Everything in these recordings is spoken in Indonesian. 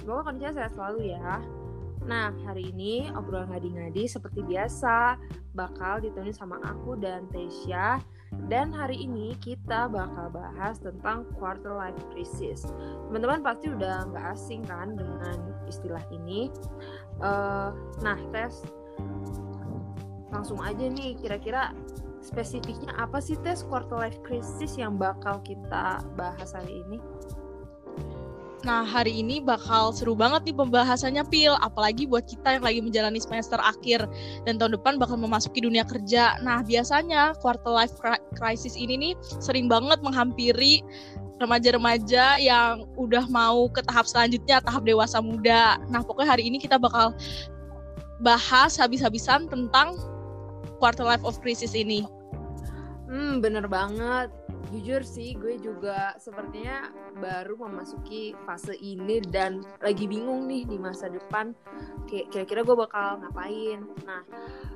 semoga kondisinya sehat selalu ya. Nah, hari ini obrolan ngadi-ngadi seperti biasa bakal ditemani sama aku dan Tesya. Dan hari ini kita bakal bahas tentang quarter life crisis. Teman-teman pasti udah nggak asing kan dengan istilah ini. Nah, Tes, langsung aja nih, kira-kira spesifiknya apa sih Tes quarter life crisis yang bakal kita bahas hari ini? Nah, hari ini bakal seru banget nih pembahasannya, Pil. Apalagi buat kita yang lagi menjalani semester akhir dan tahun depan bakal memasuki dunia kerja. Nah, biasanya quarter life crisis ini nih sering banget menghampiri remaja-remaja yang udah mau ke tahap selanjutnya, tahap dewasa muda. Nah, pokoknya hari ini kita bakal bahas habis-habisan tentang quarter life of crisis ini. Bener banget. Jujur sih, gue juga sepertinya baru memasuki fase ini dan lagi bingung nih di masa depan kira-kira gue bakal ngapain. Nah,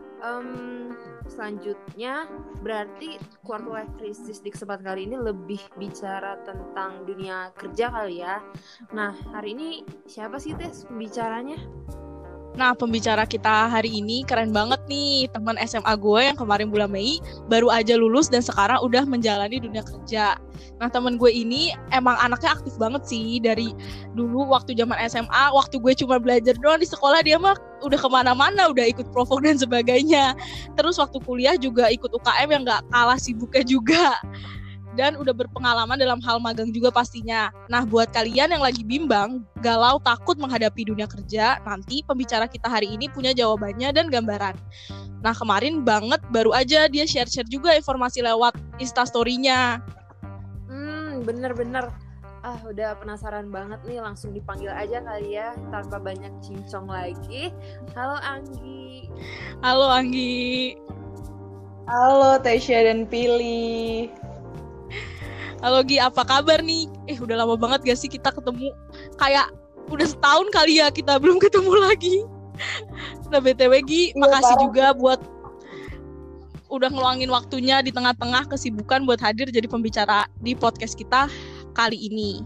selanjutnya berarti quarter life crisis di kesempatan kali ini lebih bicara tentang dunia kerja kali ya. Nah, hari ini siapa sih Tes pembicaranya? Nah, pembicara kita hari ini keren banget nih, teman SMA gue yang kemarin bulan Mei baru aja lulus dan sekarang udah menjalani dunia kerja. Nah, teman gue ini emang anaknya aktif banget sih dari dulu waktu zaman SMA, waktu gue cuma belajar doang di sekolah, dia mah udah kemana-mana, udah ikut provok dan sebagainya. Terus waktu kuliah juga ikut UKM yang gak kalah sibuknya juga. Dan udah berpengalaman dalam hal magang juga pastinya. Nah, buat kalian yang lagi bimbang, galau, takut menghadapi dunia kerja, nanti pembicara kita hari ini punya jawabannya dan gambaran. Nah, kemarin banget baru aja dia share-share juga informasi lewat Instastory-nya. Bener-bener. Udah penasaran banget nih, langsung dipanggil aja kali ya, tanpa banyak cincong lagi. Halo Anggi. Halo Anggi. Halo Tesya dan Pili. Halo Gi, apa kabar nih? Udah lama banget gak sih kita ketemu? Kayak udah setahun kali ya kita belum ketemu lagi. Nah, BTW Gi, makasih juga buat udah ngeluangin waktunya di tengah-tengah kesibukan buat hadir jadi pembicara di podcast kita kali ini.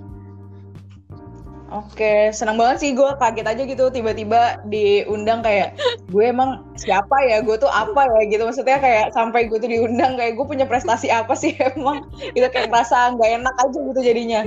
Oke, senang banget sih, gue kaget aja gitu tiba-tiba diundang, kayak gue emang siapa ya, gue tuh apa ya gitu, maksudnya kayak sampai gue tuh diundang kayak gue punya prestasi apa sih emang, itu kayak merasa nggak enak aja gitu jadinya.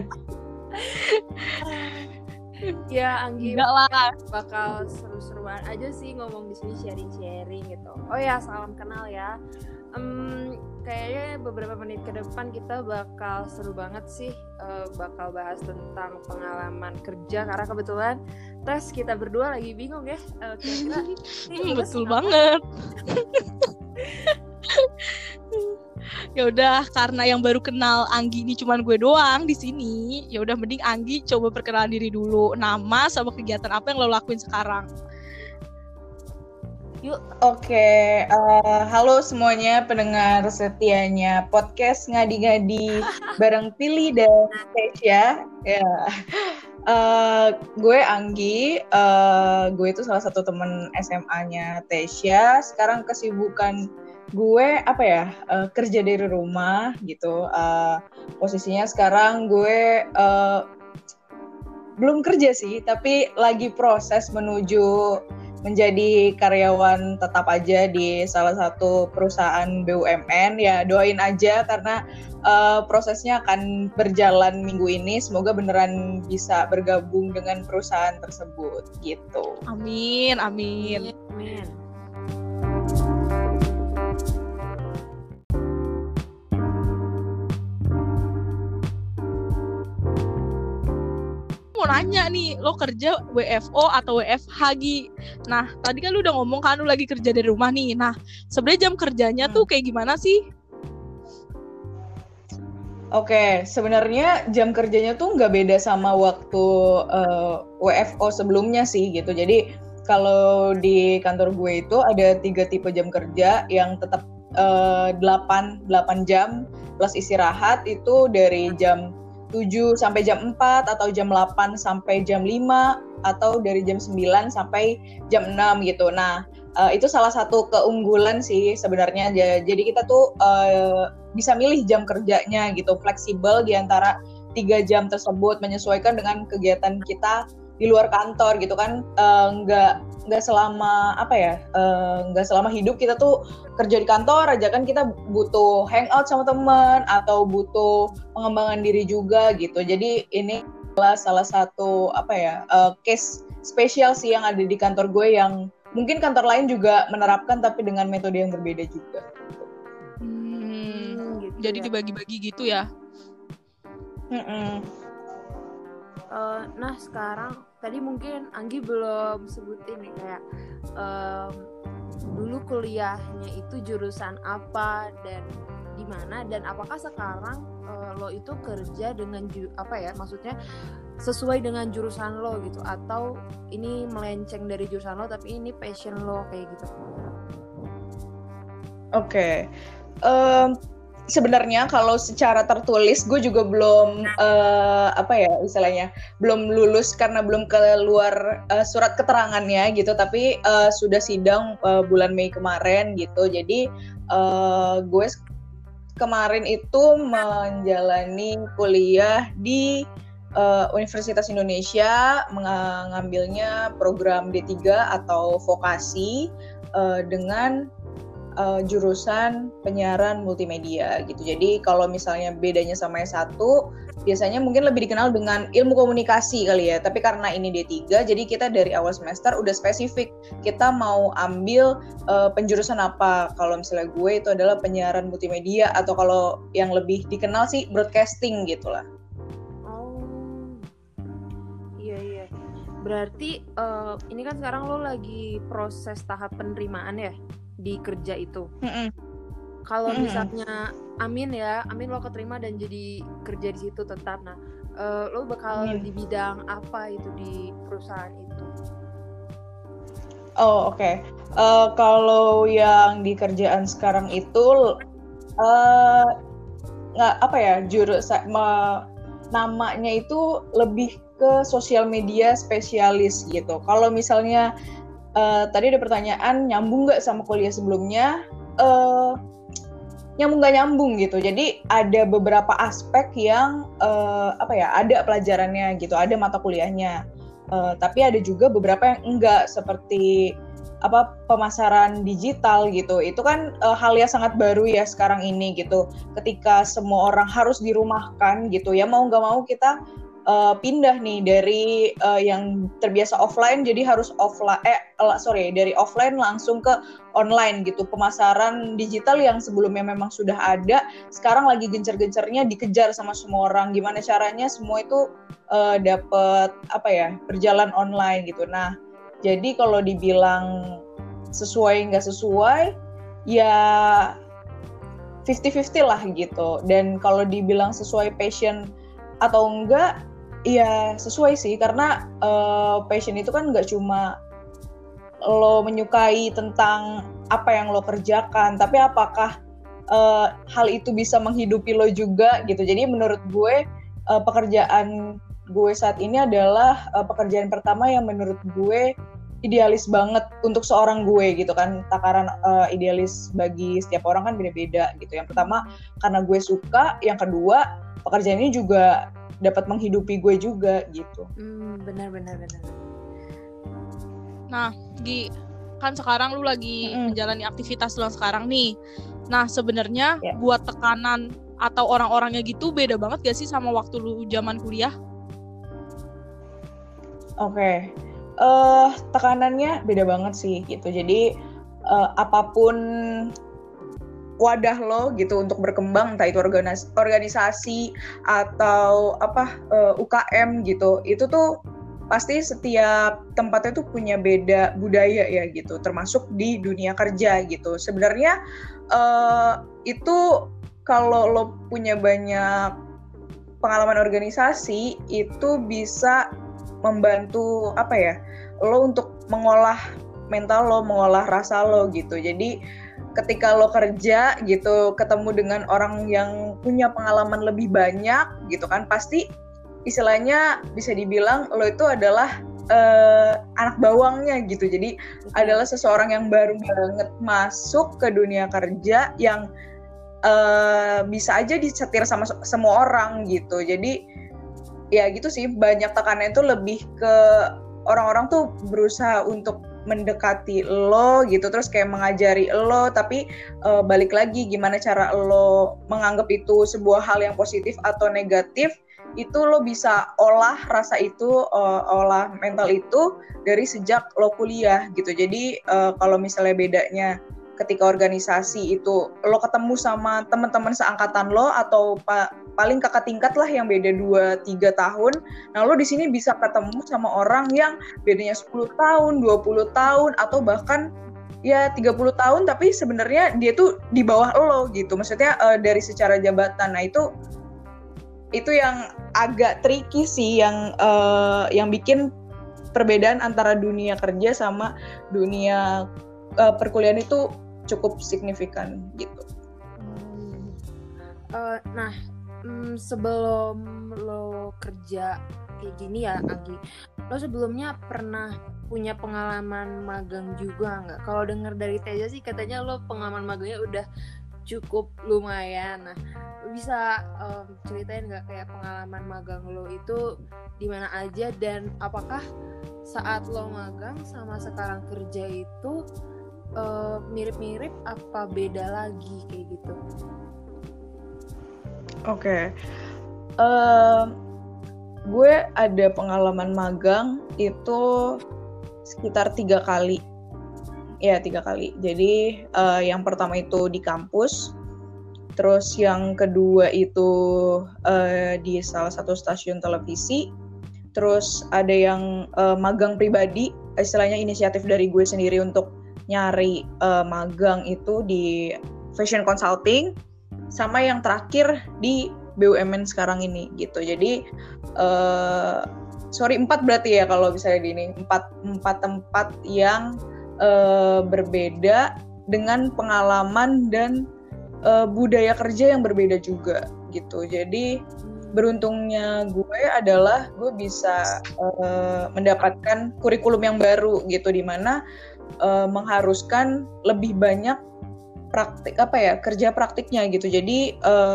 Ya Anggi, enggak lah, bakal seru-seruan aja sih ngomong di sini, sharing-sharing gitu. Oh ya, salam kenal ya. Kayaknya beberapa menit ke depan kita bakal seru banget sih, bakal bahas tentang pengalaman kerja karena kebetulan Tes kita berdua lagi bingung ya, kira-kira betul banget. Ya udah, karena yang baru kenal Anggi ini cuman gue doang di sini, ya udah mending Anggi coba perkenalan diri dulu, nama sama kegiatan apa yang lo lakuin sekarang. Yuk. Oke, halo semuanya pendengar setianya podcast ngadi-ngadi bareng Pili dan Tesya. Ya, gue Anggi, gue itu salah satu teman SMA-nya Tesya. Sekarang kesibukan gue apa ya, kerja dari rumah gitu. Posisinya sekarang gue belum kerja sih, tapi lagi proses menuju menjadi karyawan tetap aja di salah satu perusahaan BUMN. Ya doain aja karena prosesnya akan berjalan minggu ini, semoga beneran bisa bergabung dengan perusahaan tersebut gitu. Amin, amin. Amin. Mau nanya nih, lo kerja WFO atau WFH Gi? Nah, tadi kan lo udah ngomong kan lo lagi kerja dari rumah nih. Nah, sebenarnya jam kerjanya tuh kayak gimana sih? Oke, sebenarnya jam kerjanya tuh nggak beda sama waktu WFO sebelumnya sih gitu. Jadi kalau di kantor gue itu ada 3 tipe jam kerja yang tetap 8 jam plus istirahat, itu dari jam 7 sampai jam 4 atau jam 8 sampai jam 5 atau dari jam 9 sampai jam 6 gitu. Nah, itu salah satu keunggulan sih sebenarnya. Jadi kita tuh bisa milih jam kerjanya gitu, fleksibel di antara 3 jam tersebut menyesuaikan dengan kegiatan kita di luar kantor gitu kan, nggak selama nggak selama hidup kita tuh kerja di kantor aja kan, kita butuh hangout sama teman atau butuh pengembangan diri juga gitu. Jadi ini adalah salah satu case spesial sih yang ada di kantor gue, yang mungkin kantor lain juga menerapkan tapi dengan metode yang berbeda juga. Gitu jadi ya. Dibagi-bagi gitu ya. Nah sekarang tadi mungkin Anggi belum sebutin nih kayak dulu kuliahnya itu jurusan apa dan di mana, dan apakah sekarang lo itu kerja dengan maksudnya sesuai dengan jurusan lo gitu, atau ini melenceng dari jurusan lo tapi ini passion lo kayak gitu? Oke. Sebenarnya kalau secara tertulis gue juga belum belum lulus karena belum keluar surat keterangannya gitu, tapi sudah sidang bulan Mei kemarin gitu. Jadi gue kemarin itu menjalani kuliah di Universitas Indonesia, mengambilnya program D3 atau vokasi dengan jurusan penyiaran multimedia gitu. Jadi kalau misalnya bedanya sama S1, biasanya mungkin lebih dikenal dengan ilmu komunikasi kali ya. Tapi karena ini D3, jadi kita dari awal semester udah spesifik kita mau ambil penjurusan apa. Kalau misalnya gue itu adalah penyiaran multimedia, atau kalau yang lebih dikenal sih broadcasting gitulah. Iya. Berarti ini kan sekarang lo lagi proses tahap penerimaan ya di kerja itu. Kalau misalnya amin lo keterima dan jadi kerja di situ tetap, nah lo bakal di bidang apa itu di perusahaan itu? Oke. Kalau yang di kerjaan sekarang itu namanya itu lebih ke sosial media spesialis gitu. Kalau misalnya tadi ada pertanyaan nyambung nggak sama kuliah sebelumnya, nyambung nggak nyambung gitu. Jadi ada beberapa aspek yang ada pelajarannya gitu, ada mata kuliahnya, tapi ada juga beberapa yang enggak, seperti pemasaran digital gitu. Itu kan hal yang sangat baru ya sekarang ini gitu, ketika semua orang harus dirumahkan gitu ya, mau nggak mau kita pindah nih dari yang terbiasa offline jadi harus dari offline langsung ke online gitu. Pemasaran digital yang sebelumnya memang sudah ada, sekarang lagi gencar-gencarnya dikejar sama semua orang. Gimana caranya semua itu dapat berjalan online gitu. Nah, jadi kalau dibilang sesuai nggak sesuai ya 50-50 lah gitu. Dan kalau dibilang sesuai passion atau enggak, ya sesuai sih, karena passion itu kan nggak cuma lo menyukai tentang apa yang lo kerjakan, tapi apakah hal itu bisa menghidupi lo juga gitu. Jadi menurut gue pekerjaan gue saat ini adalah pekerjaan pertama yang menurut gue idealis banget untuk seorang gue gitu kan. Takaran idealis bagi setiap orang kan beda-beda gitu. Yang pertama karena gue suka, yang kedua pekerjaan ini juga dapat menghidupi gue juga gitu. Benar. Nah, Gi, kan sekarang lu lagi menjalani aktivitas lu sekarang nih. Nah, sebenarnya buat tekanan atau orang-orangnya gitu beda banget gak sih sama waktu lu zaman kuliah? Oke. Tekanannya beda banget sih gitu. Jadi apapun wadah lo gitu untuk berkembang, entah itu organisasi atau UKM gitu, itu tuh pasti setiap tempatnya tuh punya beda budaya ya gitu, termasuk di dunia kerja gitu. Sebenarnya itu kalau lo punya banyak pengalaman organisasi itu bisa membantu lo untuk mengolah mental lo, mengolah rasa lo gitu. Jadi ketika lo kerja gitu, ketemu dengan orang yang punya pengalaman lebih banyak gitu kan, pasti istilahnya bisa dibilang lo itu adalah anak bawangnya gitu. Jadi adalah seseorang yang baru banget masuk ke dunia kerja yang bisa aja disetir sama semua orang gitu. Jadi ya gitu sih, banyak tekanan itu lebih ke orang-orang tuh berusaha untuk mendekati lo gitu, terus kayak mengajari lo, tapi balik lagi gimana cara lo menganggap itu sebuah hal yang positif atau negatif, itu lo bisa olah rasa itu, olah mental itu dari sejak lo kuliah gitu. Jadi kalau misalnya bedanya ketika organisasi itu lo ketemu sama teman-teman seangkatan lo atau paling kakak tingkat lah yang beda 2-3 tahun. Nah, lo di sini bisa ketemu sama orang yang bedanya 10 tahun, 20 tahun atau bahkan ya 30 tahun tapi sebenarnya dia tuh di bawah lo gitu. Maksudnya dari secara jabatan. Nah, itu yang agak tricky sih, yang bikin perbedaan antara dunia kerja sama dunia perkuliahan itu cukup signifikan gitu. Nah, sebelum lo kerja kayak gini ya, Agi, lo sebelumnya pernah punya pengalaman magang juga nggak? Kalau dengar dari Teja sih katanya lo pengalaman magangnya udah cukup lumayan. Nah, lo bisa ceritain nggak kayak pengalaman magang lo itu di mana aja, dan apakah saat lo magang sama sekarang kerja itu mirip-mirip apa beda lagi kayak gitu? Oke. Gue ada pengalaman magang itu sekitar 3 kali. Ya, 3 kali. Jadi yang pertama itu di kampus, terus yang kedua itu di salah satu stasiun televisi, terus ada yang magang pribadi, istilahnya inisiatif dari gue sendiri untuk nyari magang itu di fashion consulting, sama yang terakhir di BUMN sekarang ini gitu. Jadi 4 berarti ya kalau misalnya di ini 4 tempat yang berbeda dengan pengalaman dan budaya kerja yang berbeda juga gitu. Jadi beruntungnya gue adalah gue bisa mendapatkan kurikulum yang baru gitu, di mana mengharuskan lebih banyak kerja praktiknya gitu. Jadi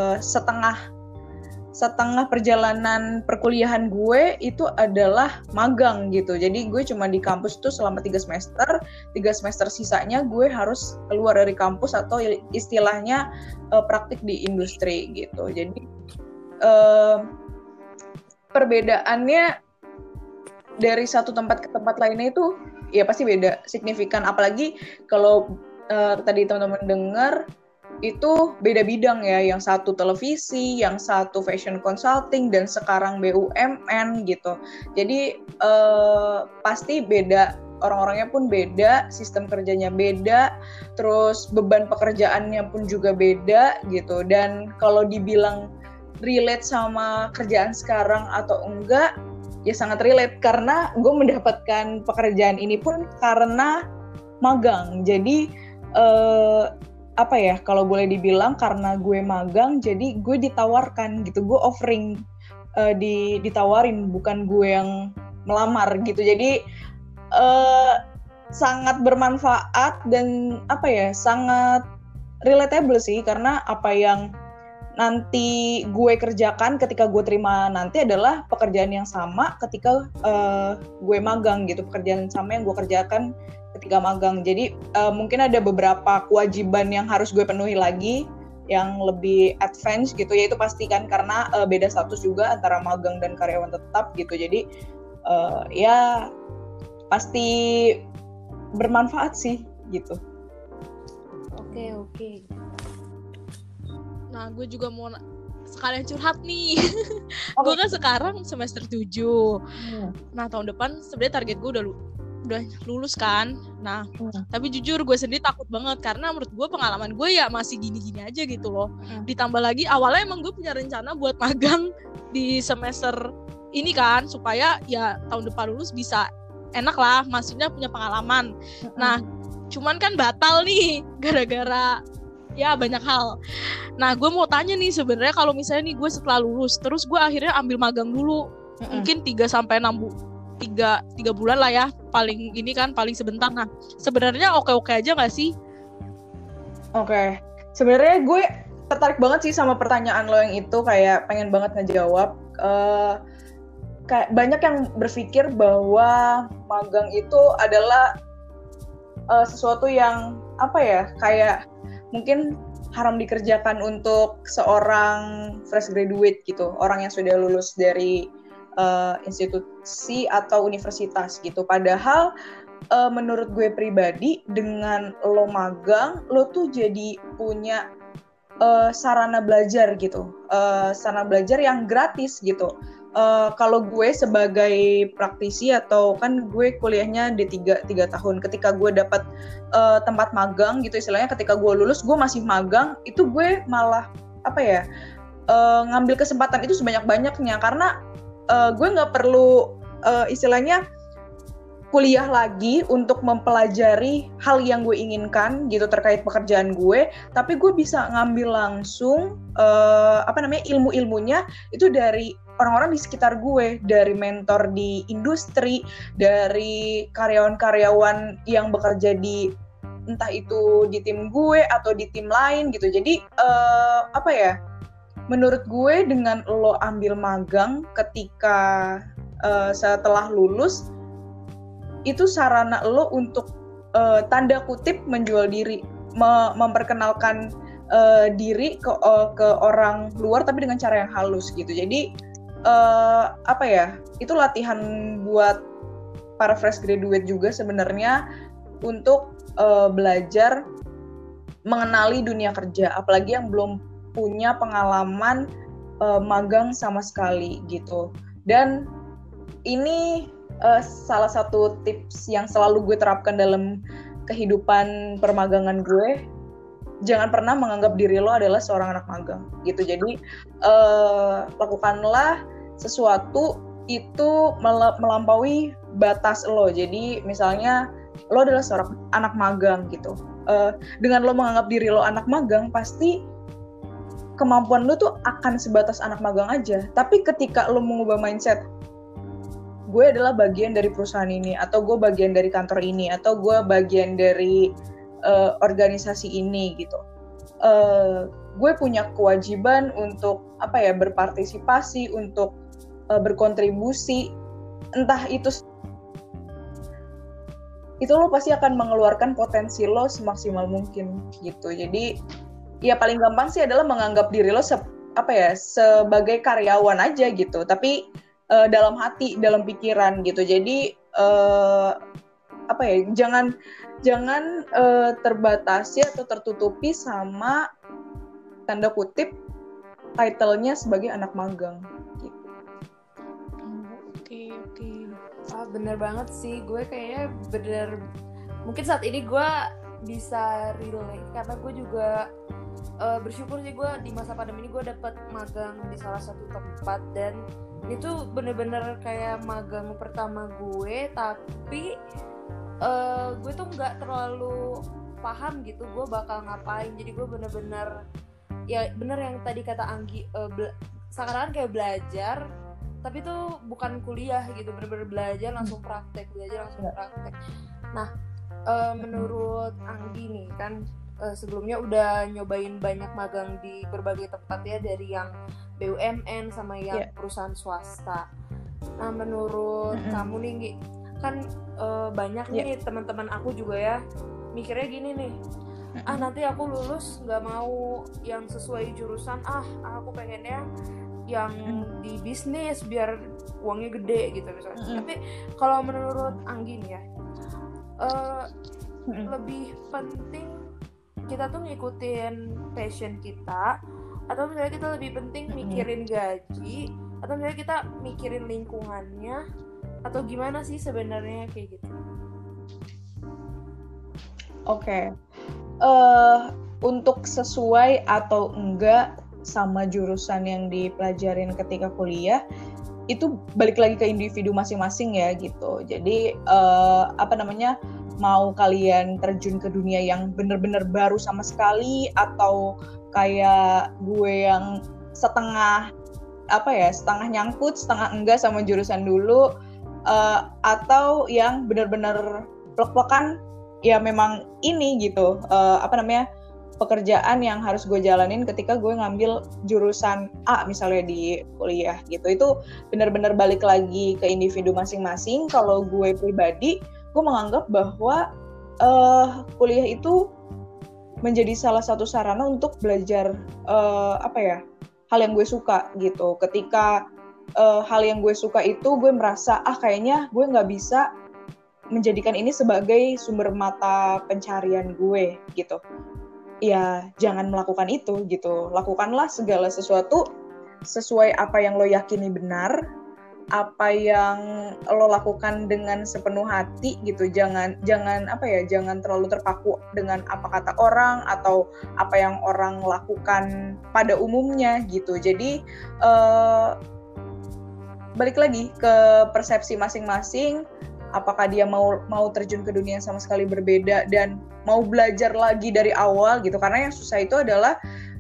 setengah perjalanan perkuliahan gue itu adalah magang gitu. Jadi gue cuma di kampus tuh selama 3 semester sisanya gue harus keluar dari kampus atau istilahnya praktik di industri gitu. Jadi perbedaannya dari satu tempat ke tempat lainnya itu ya pasti beda, signifikan. Apalagi kalau tadi teman-teman dengar itu beda bidang ya, yang satu televisi, yang satu fashion consulting, dan sekarang BUMN gitu. Jadi pasti beda, orang-orangnya pun beda, sistem kerjanya beda, terus beban pekerjaannya pun juga beda gitu. Dan kalau dibilang relate sama kerjaan sekarang atau enggak, ya sangat relate, karena gue mendapatkan pekerjaan ini pun karena magang. Jadi kalau boleh dibilang karena gue magang, jadi gue ditawarkan gitu, gue offering, ditawarin, bukan gue yang melamar gitu. Jadi sangat bermanfaat dan sangat relatable sih, karena apa yang nanti gue kerjakan ketika gue terima nanti adalah pekerjaan yang sama ketika gue magang gitu, pekerjaan sama yang gue kerjakan ketika magang. Jadi mungkin ada beberapa kewajiban yang harus gue penuhi lagi yang lebih advance gitu, yaitu pastikan karena beda status juga antara magang dan karyawan tetap gitu. Jadi ya pasti bermanfaat sih gitu. Oke. Nah, gue juga mau sekalian curhat nih. Gue kan sekarang semester 7. Nah, tahun depan sebenarnya target gue udah lulus kan. Nah, tapi jujur gue sendiri takut banget, karena menurut gue pengalaman gue ya masih gini-gini aja gitu loh. Ditambah lagi awalnya emang gue punya rencana buat magang di semester ini kan, supaya ya tahun depan lulus bisa enak lah, maksudnya punya pengalaman. Nah, cuman kan batal nih gara-gara ya banyak hal. Nah, gue mau tanya nih, sebenarnya kalau misalnya nih gue setelah lulus terus gue akhirnya ambil magang dulu, mungkin 3-6 bulan lah ya, paling ini kan paling sebentar. Nah, sebenarnya oke-oke aja nggak sih? Oke. Sebenarnya gue tertarik banget sih sama pertanyaan lo yang itu, kayak pengen banget ngejawab. kayak banyak yang berpikir bahwa magang itu adalah sesuatu yang apa ya, kayak mungkin haram dikerjakan untuk seorang fresh graduate gitu, orang yang sudah lulus dari institusi atau universitas gitu. Padahal menurut gue pribadi, dengan lo magang, lo tuh jadi punya sarana belajar gitu, sarana belajar yang gratis gitu. Kalau gue sebagai praktisi, atau kan gue kuliahnya D3 3 tahun, ketika gue dapat tempat magang gitu, istilahnya ketika gue lulus gue masih magang, itu gue malah apa ya, ngambil kesempatan itu sebanyak-banyaknya, karena gue nggak perlu istilahnya kuliah lagi untuk mempelajari hal yang gue inginkan gitu terkait pekerjaan gue, tapi gue bisa ngambil langsung ilmu-ilmunya itu dari orang-orang di sekitar gue, dari mentor di industri, dari karyawan-karyawan yang bekerja di entah itu di tim gue atau di tim lain gitu. Jadi menurut gue dengan lo ambil magang ketika setelah lulus, itu sarana lo untuk tanda kutip menjual diri, memperkenalkan diri ke orang luar, tapi dengan cara yang halus gitu. Jadi itu latihan buat para fresh graduate juga sebenarnya untuk belajar mengenali dunia kerja, apalagi yang belum punya pengalaman magang sama sekali gitu. Dan ini salah satu tips yang selalu gue terapkan dalam kehidupan permagangan gue, jangan pernah menganggap diri lo adalah seorang anak magang gitu. Jadi lakukanlah sesuatu itu melampaui batas lo. Jadi misalnya lo adalah seorang anak magang gitu, dengan lo menganggap diri lo anak magang, pasti kemampuan lo tuh akan sebatas anak magang aja. Tapi ketika lo mengubah mindset, gue adalah bagian dari perusahaan ini, atau gue bagian dari kantor ini, atau gue bagian dari organisasi ini gitu. Gue punya kewajiban untuk berpartisipasi, untuk berkontribusi, entah itu lo pasti akan mengeluarkan potensi lo semaksimal mungkin gitu. Jadi ya paling gampang sih adalah menganggap diri lo sebagai karyawan aja gitu, tapi dalam hati, dalam pikiran gitu. Jadi jangan terbatasi atau tertutupi sama tanda kutip title-nya sebagai anak magang gitu. Oke. Bener banget sih, gue kayaknya mungkin saat ini gue bisa relate, karena gue juga bersyukur sih, gue di masa pandemi ini gue dapet magang di salah satu tempat, dan itu bener-bener kayak magang pertama gue, tapi gue tuh nggak terlalu paham gitu gue bakal ngapain. Jadi gue bener-bener, ya bener yang tadi kata Anggi, sekarang kayak belajar, tapi tuh bukan kuliah gitu, bener-bener belajar langsung praktek. Nah, menurut Anggi nih kan, sebelumnya udah nyobain banyak magang di berbagai tempat ya, dari yang BUMN sama yang perusahaan swasta. Nah, menurut kamu nih Nggi, kan banyak nih teman-teman aku juga ya mikirnya gini nih, nanti aku lulus nggak mau yang sesuai jurusan, aku pengennya yang di bisnis biar uangnya gede gitu misalnya. Tapi kalau menurut Anggi nih ya, lebih penting kita tuh ngikutin passion kita, atau misalnya kita lebih penting mikirin gaji, atau misalnya kita mikirin lingkungannya, atau gimana sih sebenarnya kayak gitu? Oke. Untuk sesuai atau enggak sama jurusan yang dipelajarin ketika kuliah, itu balik lagi ke individu masing-masing ya gitu. Jadi mau kalian terjun ke dunia yang benar-benar baru sama sekali, atau kayak gue yang setengah nyangkut setengah enggak sama jurusan dulu, atau yang benar-benar plek-plekan ya memang ini gitu, pekerjaan yang harus gue jalanin ketika gue ngambil jurusan A misalnya di kuliah gitu. Itu benar-benar balik lagi ke individu masing-masing. Kalau gue pribadi, gue menganggap bahwa kuliah itu menjadi salah satu sarana untuk belajar hal yang gue suka gitu. Ketika hal yang gue suka itu gue merasa kayaknya gue nggak bisa menjadikan ini sebagai sumber mata pencarian gue gitu. Ya jangan melakukan itu gitu. Lakukanlah segala sesuatu sesuai apa yang lo yakini benar, apa yang lo lakukan dengan sepenuh hati gitu. Jangan terlalu terpaku dengan apa kata orang atau apa yang orang lakukan pada umumnya gitu. Jadi balik lagi ke persepsi masing-masing. Apakah dia mau terjun ke dunia yang sama sekali berbeda dan mau belajar lagi dari awal gitu. Karena yang susah itu adalah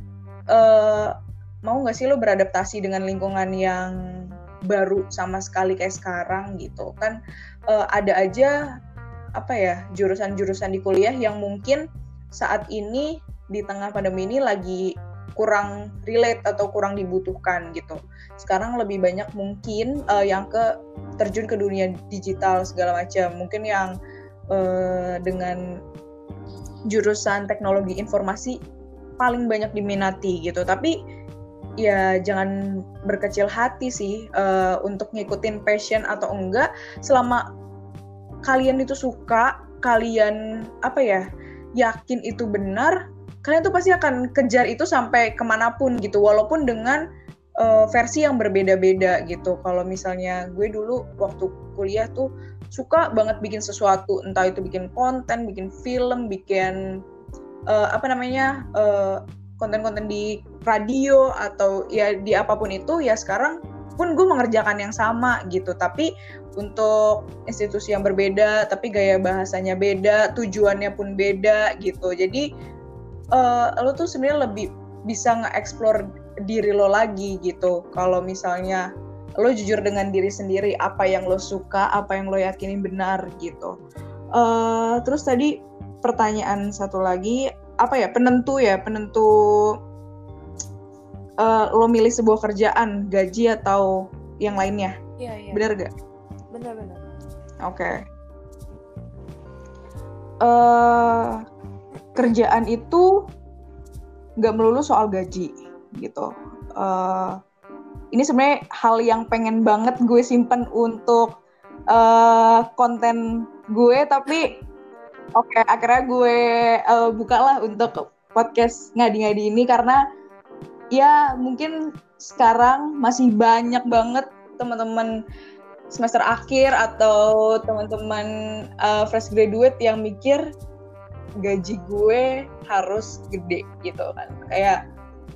mau nggak sih lo beradaptasi dengan lingkungan yang baru sama sekali kayak sekarang gitu kan. Ada aja jurusan-jurusan di kuliah yang mungkin saat ini di tengah pandemi ini lagi kurang relate atau kurang dibutuhkan gitu. Sekarang lebih banyak mungkin yang terjun ke dunia digital segala macam. Mungkin yang dengan jurusan teknologi informasi paling banyak diminati gitu. Tapi ya jangan berkecil hati sih untuk ngikutin passion atau enggak. Selama kalian itu suka, kalian yakin itu benar, kalian tuh pasti akan kejar itu sampai kemanapun gitu, walaupun dengan versi yang berbeda-beda gitu. Kalau misalnya gue dulu waktu kuliah tuh suka banget bikin sesuatu, entah itu bikin konten, bikin film, bikin konten-konten di radio atau ya di apapun itu, ya sekarang pun gue mengerjakan yang sama gitu, tapi untuk institusi yang berbeda, tapi gaya bahasanya beda, tujuannya pun beda gitu. Jadi lo tuh sebenarnya lebih bisa nge-explore diri lo lagi gitu. Kalau misalnya lo jujur dengan diri sendiri, apa yang lo suka, apa yang lo yakini benar gitu. Terus tadi pertanyaan satu lagi, penentu lo milih sebuah kerjaan, gaji atau yang lainnya. Iya. Benar gak? Benar. Oke. Kerjaan itu nggak melulu soal gaji gitu. Ini sebenarnya hal yang pengen banget gue simpen untuk konten gue, tapi akhirnya gue bukalah untuk podcast ngadi-ngadi ini karena ya mungkin sekarang masih banyak banget teman-teman semester akhir atau teman-teman fresh graduate yang mikir gaji gue harus gede gitu kan. Kayak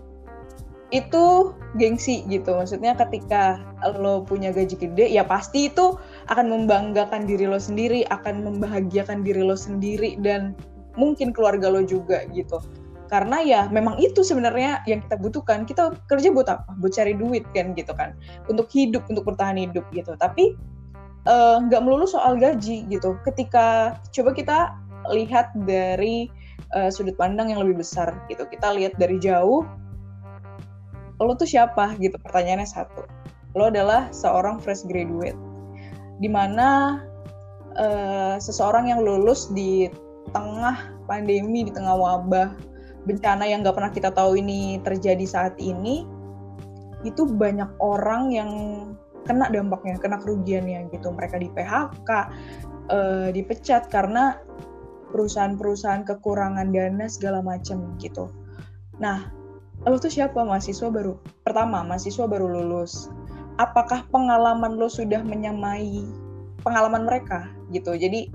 itu gengsi gitu. Maksudnya ketika lo punya gaji gede, ya pasti itu akan membanggakan diri lo sendiri, akan membahagiakan diri lo sendiri dan mungkin keluarga lo juga gitu. Karena ya memang itu sebenarnya yang kita butuhkan. Kita kerja buat apa? Buat cari duit kan gitu kan. Untuk hidup, untuk bertahan hidup gitu. Tapi nggak melulu soal gaji gitu. Ketika coba kita lihat dari sudut pandang yang lebih besar gitu. Kita lihat dari jauh, lo tuh siapa gitu. Pertanyaannya satu, lo adalah seorang fresh graduate, dimana seseorang yang lulus di tengah pandemi, di tengah wabah, bencana yang gak pernah kita tahu ini terjadi saat ini. Itu banyak orang yang kena dampaknya, kena kerugiannya gitu. Mereka di PHK, dipecat karena perusahaan-perusahaan kekurangan dana segala macam gitu. Nah, lo tuh siapa? Mahasiswa baru lulus. Apakah pengalaman lo sudah menyamai pengalaman mereka gitu? Jadi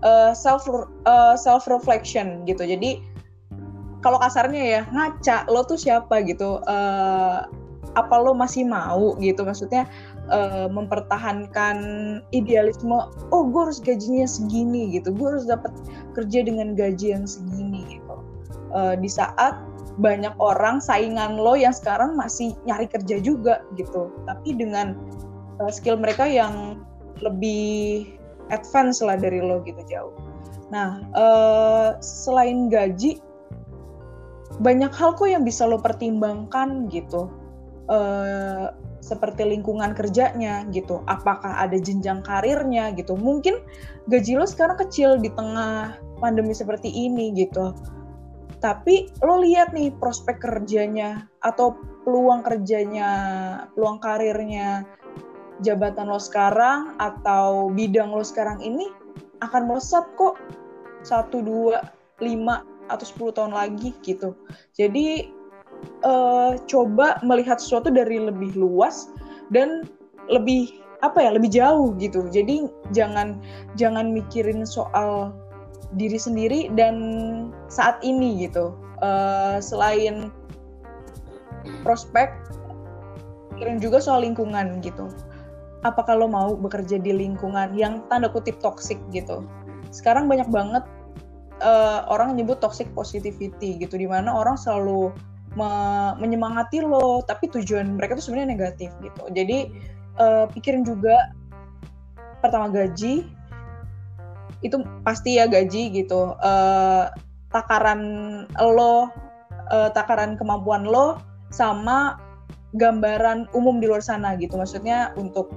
self reflection gitu. Jadi kalau kasarnya ya ngaca, lo tuh siapa gitu? Apa lo masih mau gitu? Maksudnya mempertahankan idealisme, gue harus gajinya segini gitu, gue harus dapat kerja dengan gaji yang segini gitu. Di saat banyak orang saingan lo yang sekarang masih nyari kerja juga gitu, tapi dengan skill mereka yang lebih advance lah dari lo gitu, jauh. Nah, selain gaji, banyak hal kok yang bisa lo pertimbangkan gitu. Seperti lingkungan kerjanya gitu, apakah ada jenjang karirnya gitu. Mungkin gaji lo sekarang kecil di tengah pandemi seperti ini gitu, tapi lo lihat nih prospek kerjanya atau peluang kerjanya, peluang karirnya jabatan lo sekarang atau bidang lo sekarang ini akan melesat kok 1, 2, 5 atau 10 tahun lagi gitu. Jadi coba melihat sesuatu dari lebih luas dan lebih lebih jauh gitu. Jadi jangan mikirin soal diri sendiri dan saat ini gitu. Selain prospek, mikirin juga soal lingkungan gitu. Apakah lo mau bekerja di lingkungan yang tanda kutip toxic gitu? Sekarang banyak banget orang nyebut toxic positivity gitu, dimana orang selalu menyemangati lo, tapi tujuan mereka tuh sebenarnya negatif gitu. Jadi pikirin juga pertama gaji, itu pasti ya gaji gitu. Takaran lo, takaran kemampuan lo, sama gambaran umum di luar sana gitu. Maksudnya untuk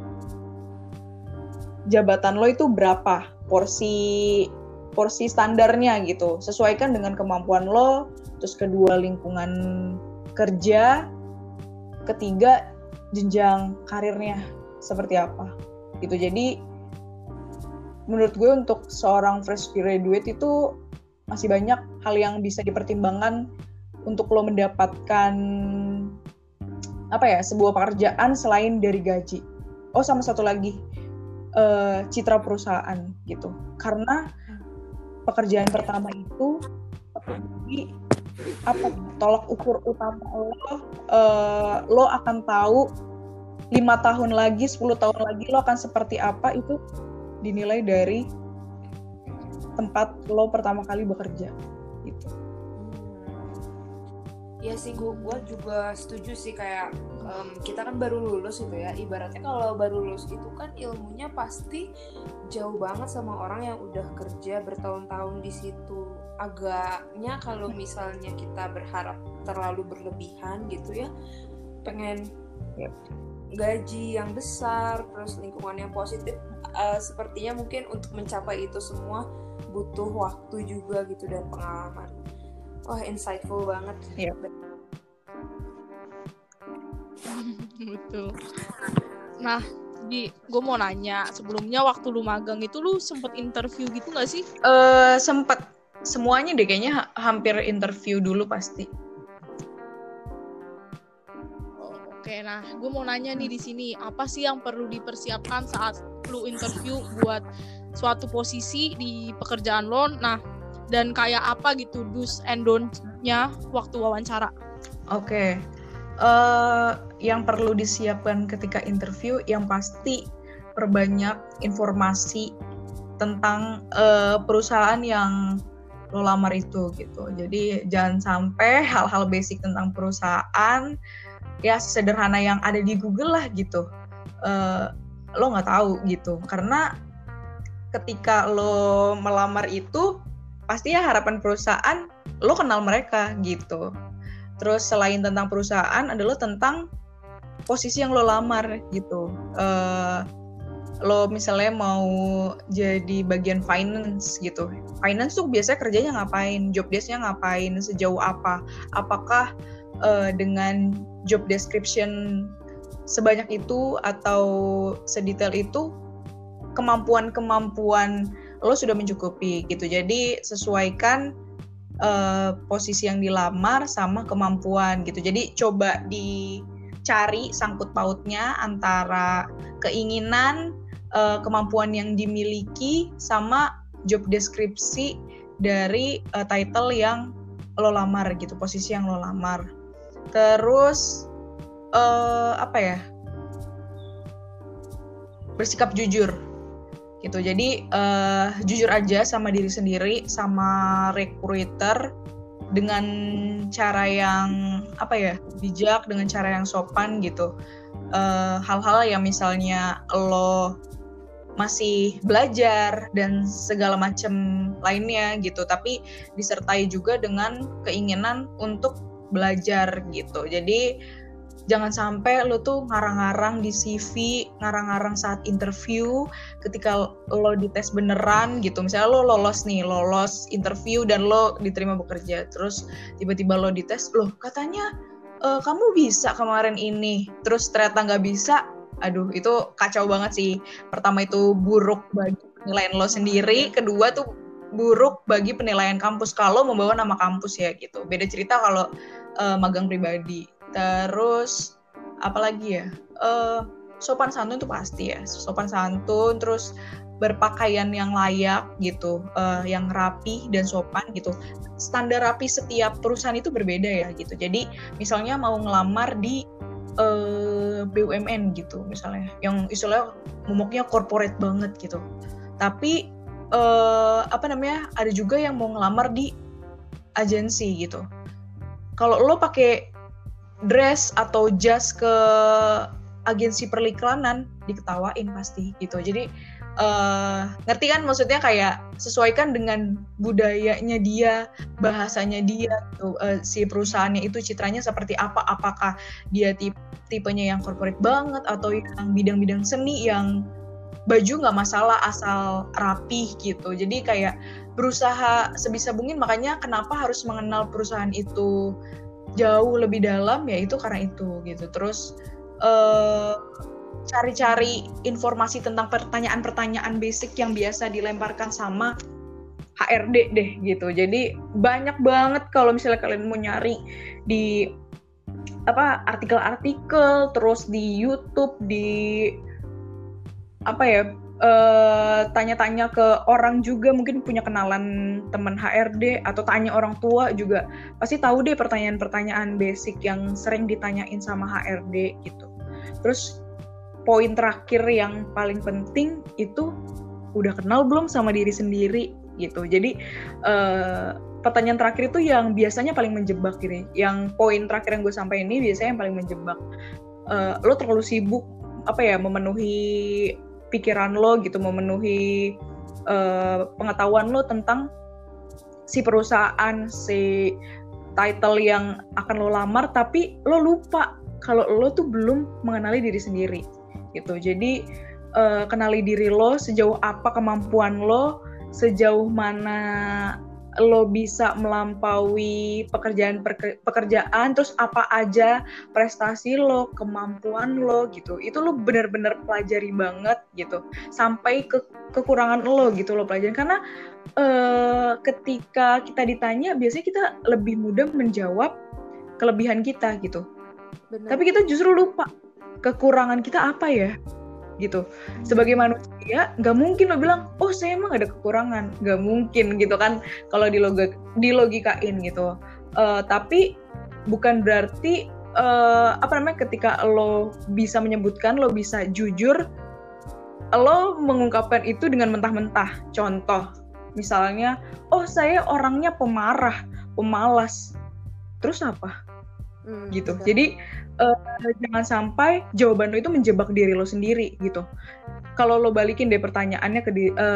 jabatan lo itu berapa porsi standarnya gitu, sesuaikan dengan kemampuan lo. Terus kedua, lingkungan kerja. Ketiga, jenjang karirnya seperti apa gitu. Jadi menurut gue untuk seorang fresh graduate itu masih banyak hal yang bisa dipertimbangkan untuk lo mendapatkan sebuah pekerjaan selain dari gaji. Oh, sama satu lagi, citra perusahaan gitu. Karena pekerjaan pertama itu tolak ukur utama lo akan tahu 5 tahun lagi, 10 tahun lagi lo akan seperti apa, itu dinilai dari tempat lo pertama kali bekerja gitu. Ya sih, gue juga setuju sih, kayak kita kan baru lulus gitu ya. Ibaratnya kalau baru lulus itu kan ilmunya pasti jauh banget sama orang yang udah kerja bertahun-tahun di situ. Agaknya kalau misalnya kita berharap terlalu berlebihan gitu ya, pengen gaji yang besar, terus lingkungan yang positif, sepertinya mungkin untuk mencapai itu semua butuh waktu juga gitu dan pengalaman. Wah, insightful banget. Iya. Betul. Nah, gue mau nanya, sebelumnya waktu lu magang itu lu sempet interview gitu nggak sih? Sempet. Semuanya deh kayaknya hampir interview dulu pasti. Oke, nah gue mau nanya nih di sini, apa sih yang perlu dipersiapkan saat lu interview buat suatu posisi di pekerjaan lo? Nah, dan kayak apa gitu do's and don't-nya waktu wawancara? Oke. Yang perlu disiapkan ketika interview, yang pasti perbanyak informasi tentang perusahaan yang lo lamar itu gitu. Jadi jangan sampai hal-hal basic tentang perusahaan ya sederhana yang ada di Google lah gitu, lo nggak tahu gitu. Karena ketika lo melamar itu pasti ya harapan perusahaan lo kenal mereka gitu. Terus selain tentang perusahaan adalah tentang posisi yang lo lamar gitu. Lo misalnya mau jadi bagian finance gitu. Finance tuh biasanya kerjanya ngapain, job desk-nya ngapain, sejauh apa. Apakah dengan job description sebanyak itu atau sedetail itu kemampuan lo sudah mencukupi gitu. Jadi sesuaikan posisi yang dilamar sama kemampuan gitu. Jadi coba dicari sangkut pautnya antara keinginan, kemampuan yang dimiliki sama job deskripsi dari title yang lo lamar gitu, posisi yang lo lamar. Terus bersikap jujur gitu. Jadi jujur aja sama diri sendiri, sama recruiter, dengan cara yang bijak, dengan cara yang sopan gitu. Hal-hal yang misalnya lo masih belajar dan segala macam lainnya gitu, tapi disertai juga dengan keinginan untuk belajar gitu. Jadi jangan sampai lo tuh ngarang-ngarang di CV, ngarang-ngarang saat interview, ketika lo dites beneran gitu. Misalnya lo lolos interview dan lo diterima bekerja, terus tiba-tiba lo dites, loh katanya kamu bisa kemarin ini, terus ternyata nggak bisa. Aduh, itu kacau banget sih. Pertama itu buruk bagi penilaian lo sendiri, kedua tuh buruk bagi penilaian kampus kalau membawa nama kampus ya gitu. Beda cerita kalau magang pribadi. Terus apalagi ya? Sopan santun itu pasti ya. Sopan santun, terus berpakaian yang layak gitu, yang rapi dan sopan gitu. Standar rapi setiap perusahaan itu berbeda ya gitu. Jadi misalnya mau ngelamar di BUMN gitu misalnya, yang istilahnya momoknya corporate banget gitu. Tapi ada juga yang mau ngelamar di agensi gitu. Kalau lo pakai dress atau jas ke agensi periklanan, diketawain pasti gitu. Jadi ngerti kan maksudnya, kayak sesuaikan dengan budayanya dia, bahasanya dia gitu. Si perusahaannya itu citranya seperti apa, apakah dia tipenya yang corporate banget atau yang bidang-bidang seni yang baju nggak masalah asal rapih gitu. Jadi kayak berusaha sebisa mungkin, makanya kenapa harus mengenal perusahaan itu jauh lebih dalam ya itu karena itu gitu. Terus cari-cari informasi tentang pertanyaan-pertanyaan basic yang biasa dilemparkan sama HRD deh gitu. Jadi banyak banget kalau misalnya kalian mau nyari di artikel-artikel, terus di YouTube, di tanya-tanya ke orang juga, mungkin punya kenalan teman HRD atau tanya orang tua juga pasti tahu deh pertanyaan-pertanyaan basic yang sering ditanyain sama HRD gitu. Terus poin terakhir yang paling penting itu udah kenal belum sama diri sendiri gitu. Jadi pertanyaan terakhir itu yang biasanya paling menjebak gitu. Yang poin terakhir yang gue sampaikan ini biasanya yang paling menjebak. Lo terlalu sibuk memenuhi pikiran lo gitu, memenuhi pengetahuan lo tentang si perusahaan, si title yang akan lo lamar, tapi lo lupa kalau lo tuh belum mengenali diri sendiri gitu. Jadi kenali diri lo, sejauh apa kemampuan lo, sejauh mana lo bisa melampaui pekerjaan, terus apa aja prestasi lo, kemampuan lo gitu. Itu lo benar-benar pelajari banget gitu. Sampai ke kekurangan lo gitu lo pelajari. Karena ketika kita ditanya, biasanya kita lebih mudah menjawab kelebihan kita gitu. Bener. Tapi kita justru lupa kekurangan kita apa ya gitu. Sebagai manusia nggak mungkin lo bilang, oh saya emang ada kekurangan, nggak mungkin gitu kan kalau dilogikain gitu. Tapi bukan berarti ketika lo bisa menyebutkan, lo bisa jujur, lo mengungkapkan itu dengan mentah-mentah. Contoh misalnya, oh saya orangnya pemarah, pemalas, terus apa gitu. Betul. Jadi jangan sampai jawaban lo itu menjebak diri lo sendiri gitu. Kalau lo balikin deh pertanyaannya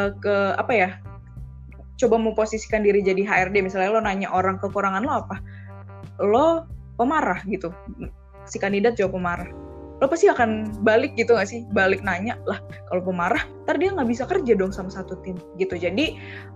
coba mau posisikan diri jadi HRD, misalnya lo nanya orang kekurangan lo apa, lo pemarah gitu, si kandidat jawab pemarah, lo pasti akan balik gitu nggak sih, balik nanya lah, kalau pemarah ntar dia nggak bisa kerja dong sama satu tim gitu. Jadi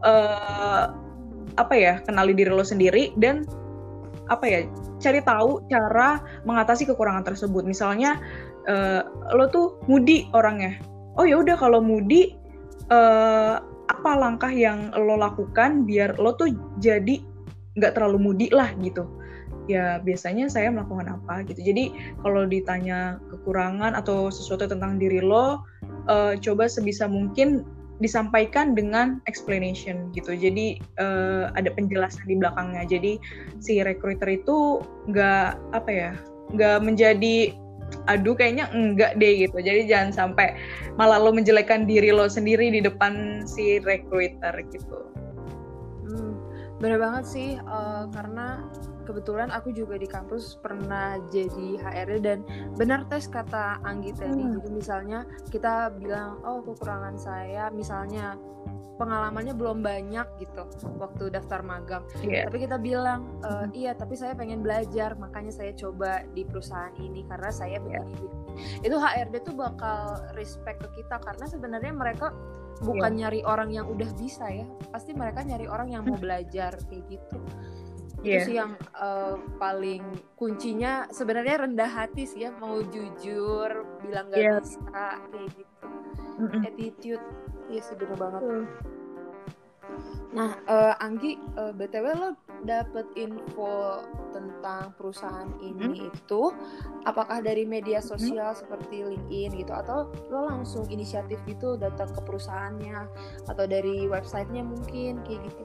kenali diri lo sendiri dan cari tahu cara mengatasi kekurangan tersebut. Misalnya lo tuh moody orangnya, oh ya udah kalau moody apa langkah yang lo lakukan biar lo tuh jadi nggak terlalu moody lah gitu. Ya biasanya saya melakukan apa gitu. Jadi kalau ditanya kekurangan atau sesuatu tentang diri lo, coba sebisa mungkin disampaikan dengan explanation gitu. Jadi ada penjelasan di belakangnya. Jadi si recruiter itu nggak menjadi aduh kayaknya enggak deh gitu. Jadi jangan sampai malah lo menjelekkan diri lo sendiri di depan si recruiter gitu. Bener banget sih, karena kebetulan aku juga di kampus pernah jadi HRD dan benar tes kata Anggi tadi. Jadi misalnya kita bilang, oh kekurangan saya misalnya pengalamannya belum banyak gitu waktu daftar magang. Tapi kita bilang, iya tapi saya pengen belajar, makanya saya coba di perusahaan ini karena saya begini. Itu HRD tuh bakal respect ke kita karena sebenarnya mereka bukan nyari orang yang udah bisa ya, pasti mereka nyari orang yang mau belajar kayak gitu. Itu sih yang paling kuncinya sebenarnya rendah hati sih ya, mau jujur, bilang gak bisa kayak gitu. Attitude, iya sih bener banget. Nah, Anggi, BTW lo dapet info tentang perusahaan ini itu apakah dari media sosial seperti LinkedIn gitu, atau lo langsung inisiatif gitu datang ke perusahaannya, atau dari websitenya mungkin kayak gitu?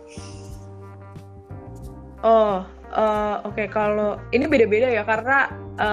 Oke. Kalau ini beda-beda ya karena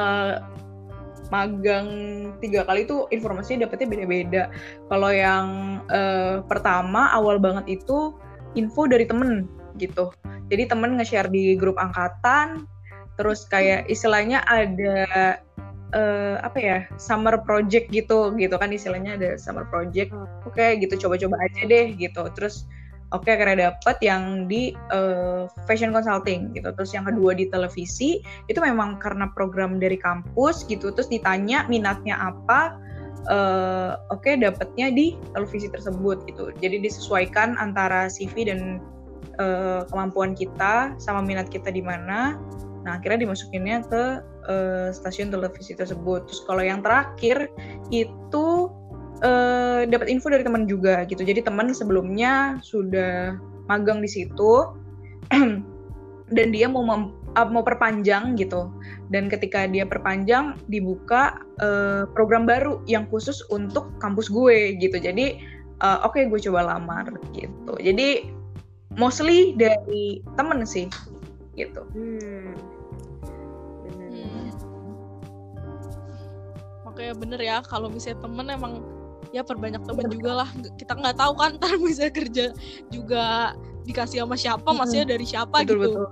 magang 3 kali itu informasinya dapetnya beda-beda. Kalau yang pertama awal banget itu info dari temen gitu. Jadi temen nge-share di grup angkatan, terus kayak istilahnya ada summer project gitu kan, istilahnya ada summer project. Oke, gitu coba-coba aja deh gitu. Terus akhirnya dapet yang di fashion consulting gitu. Terus yang kedua di televisi, itu memang karena program dari kampus gitu. Terus ditanya minatnya apa, dapetnya di televisi tersebut gitu. Jadi disesuaikan antara CV dan kemampuan kita sama minat kita di mana. Nah, akhirnya dimasukinnya ke stasiun televisi tersebut. Terus kalau yang terakhir itu dapat info dari teman juga gitu. Jadi teman sebelumnya sudah magang di situ dan dia mau perpanjang gitu. Dan ketika dia perpanjang dibuka program baru yang khusus untuk kampus gue gitu. Jadi gue coba lamar gitu. Jadi mostly dari temen sih gitu. Makanya bener ya, kalau misalnya temen emang ya perbanyak temen juga lah. Kita nggak tahu kan ntar bisa kerja juga dikasih sama siapa, maksudnya dari siapa. Betul, gitu.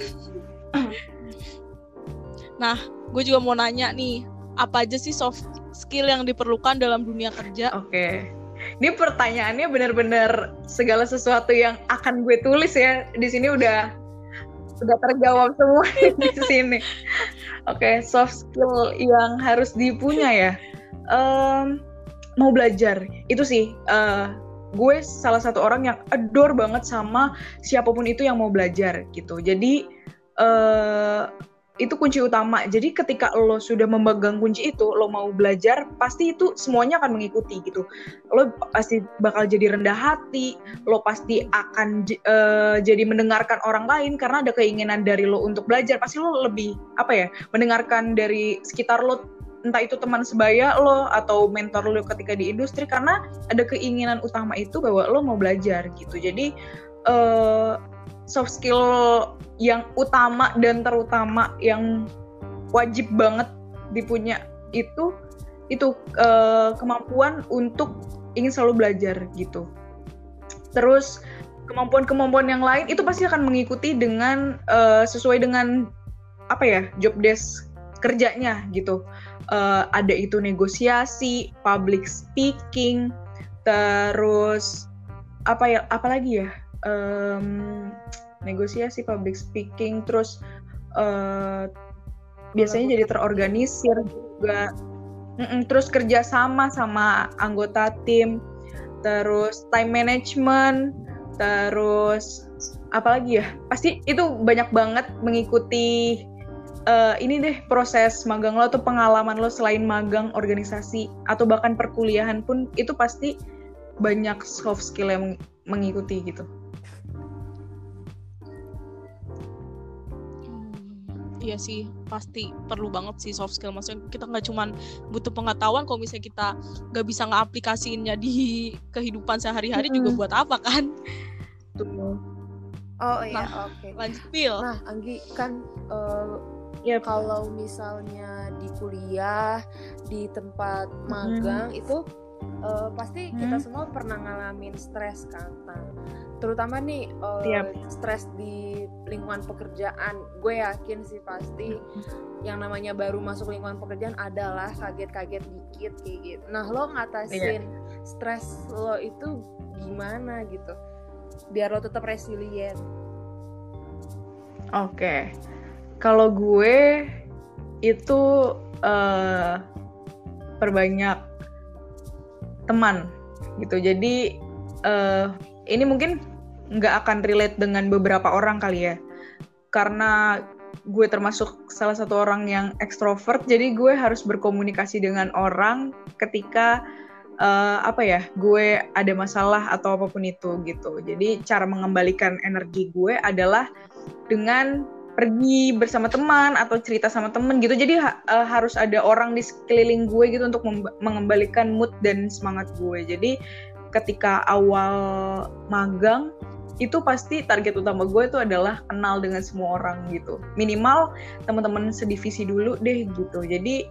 Nah, gue juga mau nanya nih, apa aja sih soft skill yang diperlukan dalam dunia kerja? Oke. Ini pertanyaannya benar-benar segala sesuatu yang akan gue tulis ya. Di sini udah terjawab semua di sini. Oke, soft skill yang harus dipunya ya. Mau belajar. Itu sih gue salah satu orang yang adore banget sama siapapun itu yang mau belajar gitu. Jadi itu kunci utama. Jadi ketika lo sudah memegang kunci itu, lo mau belajar, pasti itu semuanya akan mengikuti gitu. Lo pasti bakal jadi rendah hati, lo pasti akan jadi mendengarkan orang lain karena ada keinginan dari lo untuk belajar. Pasti lo lebih mendengarkan dari sekitar lo, entah itu teman sebaya lo atau mentor lo ketika di industri, karena ada keinginan utama itu bahwa lo mau belajar gitu. Jadi soft skill yang utama dan terutama yang wajib banget dipunya itu kemampuan untuk ingin selalu belajar gitu. Terus kemampuan yang lain itu pasti akan mengikuti dengan sesuai dengan job desk kerjanya gitu. Ada itu negosiasi, public speaking, terus apalagi ya? Negosiasi, public speaking, terus biasanya jadi terorganisir juga, terus kerja sama anggota tim, terus time management, terus apalagi ya, pasti itu banyak banget mengikuti ini deh proses magang lo atau pengalaman lo selain magang organisasi atau bahkan perkuliahan pun itu pasti banyak soft skill yang mengikuti gitu. Iya sih, pasti perlu banget sih soft skill. Maksudnya kita nggak cuma butuh pengetahuan, kalau misalnya kita nggak bisa ngeaplikasiinnya di kehidupan sehari-hari juga buat apa kan? Oh iya, oke. Lanjut, Pil. Nah, Anggi kan kalau misalnya di kuliah, di tempat magang itu pasti kita semua pernah ngalamin stres kan. Nah, terutama nih Siap. stres di lingkungan pekerjaan. Gue yakin sih pasti yang namanya baru masuk lingkungan pekerjaan adalah kaget-kaget dikit kayak gitu. Nah, lo ngatasin stres lo itu gimana gitu biar lo tetap resilient? Oke. Kalau gue itu perbanyak teman gitu. Jadi ini mungkin nggak akan relate dengan beberapa orang kali ya. Karena gue termasuk salah satu orang yang ekstrovert, jadi gue harus berkomunikasi dengan orang ketika gue ada masalah atau apapun itu gitu. Jadi cara mengembalikan energi gue adalah dengan pergi bersama teman atau cerita sama teman gitu. Jadi harus ada orang di sekeliling gue gitu untuk mengembalikan mood dan semangat gue. Jadi ketika awal magang itu pasti target utama gue itu adalah kenal dengan semua orang gitu. Minimal teman-teman sedivisi dulu deh gitu. Jadi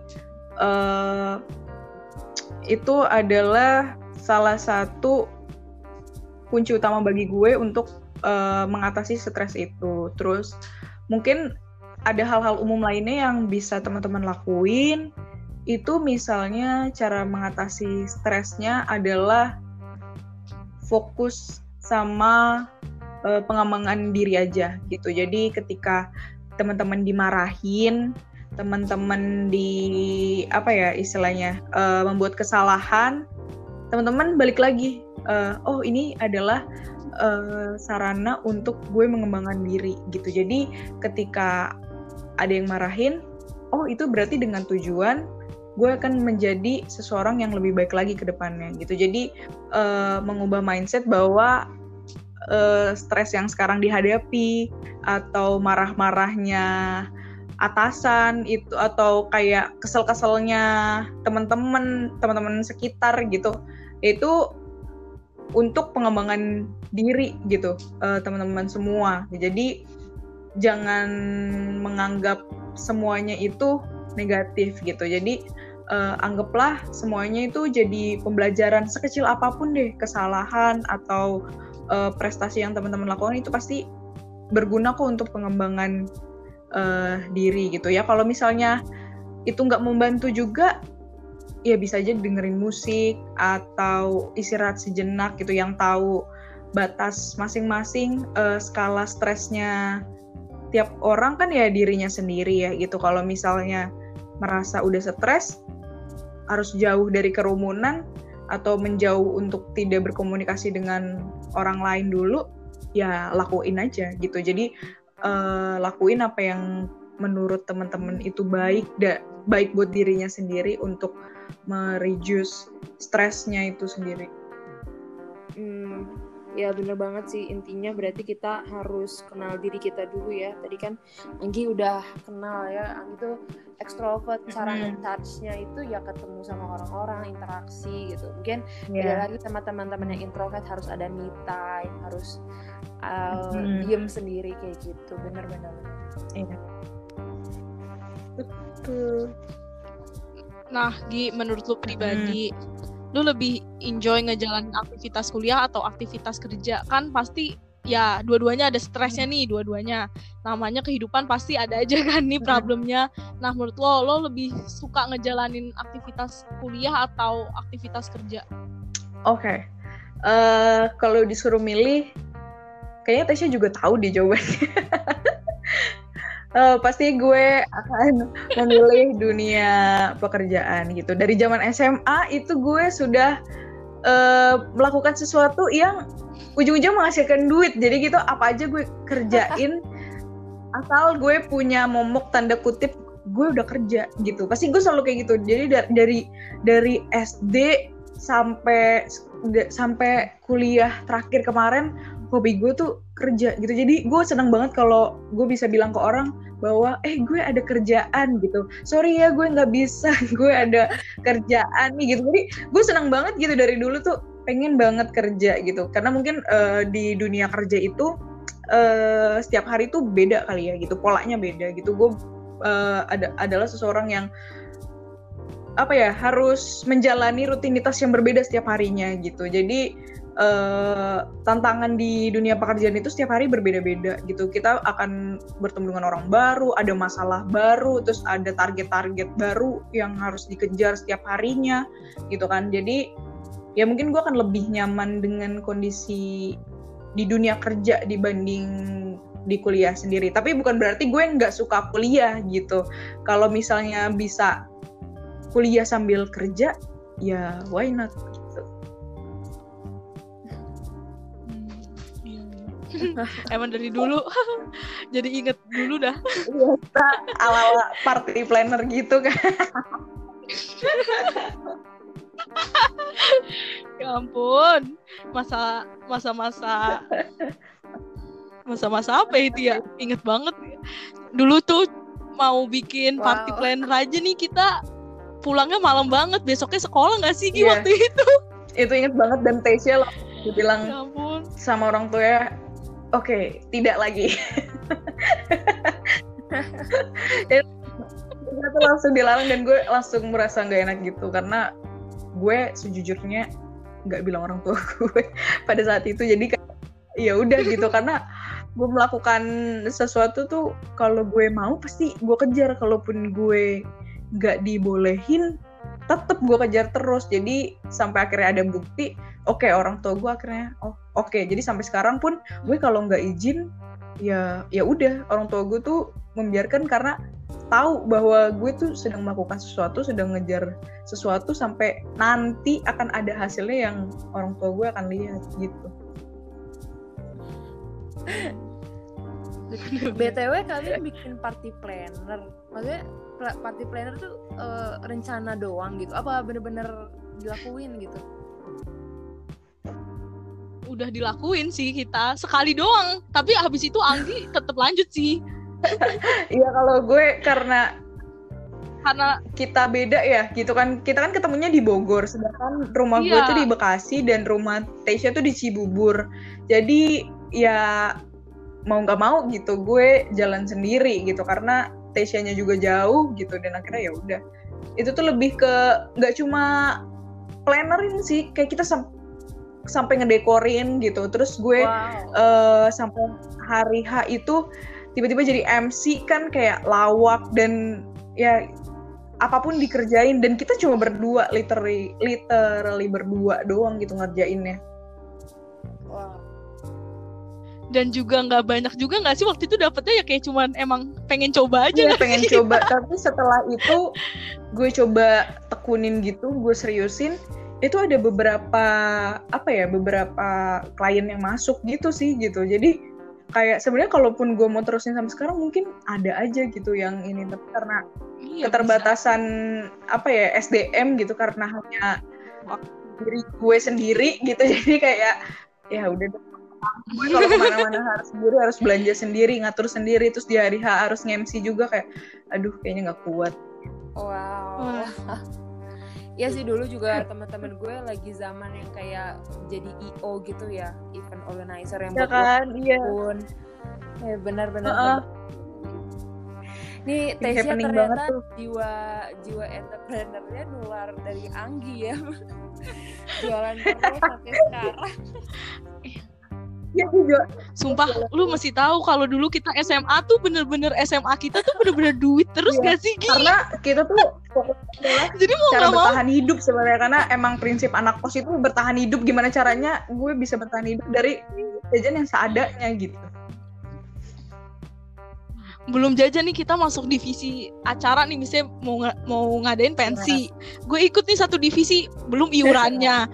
itu adalah salah satu kunci utama bagi gue untuk mengatasi stres itu. Terus mungkin ada hal-hal umum lainnya yang bisa teman-teman lakuin. Itu misalnya cara mengatasi stresnya adalah fokus sama pengembangan diri aja gitu. Jadi ketika teman-teman dimarahin, teman-teman membuat kesalahan, teman-teman balik lagi, ini adalah sarana untuk gue mengembangkan diri gitu. Jadi ketika ada yang marahin, itu berarti dengan tujuan gue akan menjadi seseorang yang lebih baik lagi ke depannya gitu. Jadi mengubah mindset bahwa stres yang sekarang dihadapi atau marah-marahnya atasan itu atau kayak kesel-keselnya teman-teman sekitar gitu, itu untuk pengembangan diri gitu, teman-teman semua. Jadi jangan menganggap semuanya itu negatif gitu. Jadi anggaplah semuanya itu jadi pembelajaran, sekecil apapun deh kesalahan atau prestasi yang teman-teman lakukan itu pasti berguna kok untuk pengembangan diri gitu ya. Kalau misalnya itu nggak membantu juga, ya bisa aja dengerin musik atau istirahat sejenak gitu, yang tahu batas masing-masing skala stresnya tiap orang kan ya dirinya sendiri ya gitu. Kalau misalnya merasa udah stres, harus jauh dari kerumunan atau menjauh untuk tidak berkomunikasi dengan orang lain dulu, ya lakuin aja gitu. Jadi lakuin apa yang menurut teman-teman itu baik buat dirinya sendiri untuk mereduce stresnya itu sendiri. Ya bener banget sih, intinya berarti kita harus kenal diri kita dulu ya. Tadi kan Anggi udah kenal ya, Anggi tuh extrovert, cara nge-charge-nya itu ya ketemu sama orang-orang, interaksi gitu. Mungkin beda lagi sama teman-teman yang introvert, harus ada me time, harus diem sendiri kayak gitu. Bener-bener. Iya. Betul. Nah, Gi, menurut lu pribadi, lu lebih enjoy ngejalanin aktivitas kuliah atau aktivitas kerja? Kan pasti ya dua-duanya ada stresnya nih, dua-duanya. Namanya kehidupan pasti ada aja kan nih problemnya. Nah, menurut lo lebih suka ngejalanin aktivitas kuliah atau aktivitas kerja? Oke. Kalau disuruh milih, kayaknya Tasya juga tahu deh jawabannya. Pasti gue akan memilih dunia pekerjaan gitu. Dari zaman SMA itu gue sudah melakukan sesuatu yang ujung-ujung menghasilkan duit. Jadi gitu apa aja gue kerjain asal gue punya momok tanda kutip gue udah kerja gitu. Pasti gue selalu kayak gitu. Jadi dari SD sampai kuliah terakhir kemarin, hobi gue tuh kerja gitu. Jadi gue senang banget kalau gue bisa bilang ke orang bahwa gue ada kerjaan gitu. Sorry ya gue nggak bisa, gue ada kerjaan nih gitu. Jadi gue senang banget gitu, dari dulu tuh pengen banget kerja gitu. Karena mungkin di dunia kerja itu setiap hari tuh beda kali ya gitu, polanya beda gitu. Gue adalah seseorang yang harus menjalani rutinitas yang berbeda setiap harinya gitu. Jadi tantangan di dunia pekerjaan itu setiap hari berbeda-beda gitu. Kita akan bertemu dengan orang baru, ada masalah baru, terus ada target-target baru yang harus dikejar setiap harinya gitu kan. Jadi ya mungkin gue akan lebih nyaman dengan kondisi di dunia kerja dibanding di kuliah sendiri. Tapi bukan berarti gue nggak suka kuliah gitu. Kalau misalnya bisa kuliah sambil kerja, ya why not? Emang dari dulu jadi inget dulu dah. Ala-ala party planner gitu kan. Ya ampun, masa-masa apa itu ya? Inget banget. Dulu tuh mau bikin party planner aja nih, kita pulangnya malam banget, besoknya sekolah nggak sih waktu itu? Itu inget banget, dan Tasya langsung bilang sama orang tua ya, oke, tidak lagi. Itu langsung dilarang, dan gue langsung merasa nggak enak gitu, karena gue sejujurnya nggak bilang orang tua gue pada saat itu. Jadi kayak ya udah gitu, karena gue melakukan sesuatu tuh kalau gue mau pasti gue kejar, kalaupun gue nggak dibolehin tetap gue kejar terus. Jadi sampai akhirnya ada bukti, oke, orang tua gue akhirnya oke. Jadi sampai sekarang pun gue kalau nggak izin ya udah, orang tua gue tuh membiarkan, karena tahu bahwa gue tuh sedang melakukan sesuatu, sedang ngejar sesuatu, sampai nanti akan ada hasilnya yang orang tua gue akan lihat gitu. BTW kalian bikin party planner, maksudnya party planner tuh rencana doang gitu, apa bener-bener dilakuin gitu? Udah dilakuin sih kita sekali doang, tapi habis itu Anggi tetap lanjut sih. Iya, kalau gue karena kita beda ya gitu kan, kita kan ketemunya di Bogor, sedangkan rumah gue tuh di Bekasi dan rumah Tasya tuh di Cibubur. Jadi ya mau nggak mau gitu gue jalan sendiri gitu, karena Tasya-nya juga jauh gitu, dan akhirnya ya udah. Itu tuh lebih ke nggak cuma plannerin sih, kayak kita sampai ngedekorin gitu. Terus gue sampai hari H itu tiba-tiba jadi MC kan, kayak lawak dan ya apapun dikerjain, dan kita cuma berdua, literally berdua doang gitu ngerjainnya. Wow. Dan juga nggak banyak juga nggak sih waktu itu dapetnya, ya kayak cuman emang pengen coba aja. Iya, pengen coba. Tapi setelah itu gue coba tekunin gitu, gue seriusin, itu ada beberapa klien yang masuk gitu sih gitu. Jadi kayak sebenarnya kalaupun gue mau terusin sampai sekarang mungkin ada aja gitu yang ini, tapi karena keterbatasan SDM gitu, karena hanya diri gue sendiri gitu, jadi kayak ya udah, gue kalau kemana-mana harus sendiri, harus belanja sendiri, ngatur sendiri, terus di hari H harus nge-MC juga, kayak aduh kayaknya nggak kuat. Wow. Ya sih, dulu juga teman-teman gue lagi zaman yang kayak jadi EO gitu ya, event organizer yang buat pun. Ya benar-benar. Nih Tasya ternyata jiwa entrepreneurnya nular dari Anggi ya. Jualan terus sampai sekarang. Ya juga. Sumpah, lu mesti tahu kalau dulu kita SMA tuh bener-bener SMA kita tuh bener-bener duit terus gak sih? Karena kita tuh jadi mau cara bertahan hidup sebenarnya, karena emang prinsip anak kos itu bertahan hidup. Gimana caranya gue bisa bertahan hidup dari jajan yang seadanya gitu. Belum jajan nih, kita masuk divisi acara nih, misalnya mau ngadain pensi, gue ikut nih satu divisi, belum iurannya.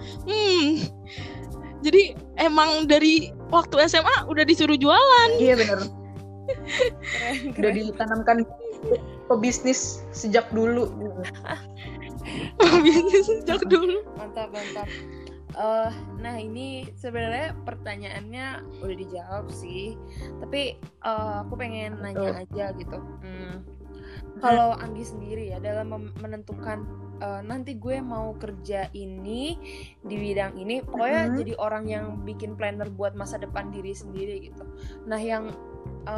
Jadi emang dari waktu SMA udah disuruh jualan. Iya benar. Udah ditanamkan pebisnis sejak dulu. Pebisnis sejak dulu. Mantap. Nah ini sebenarnya pertanyaannya udah dijawab sih, tapi aku pengen nanya aja gitu. Kalau Anggi sendiri ya, dalam menentukan nanti gue mau kerja ini di bidang ini, pokoknya jadi orang yang bikin planner buat masa depan diri sendiri gitu. Nah yang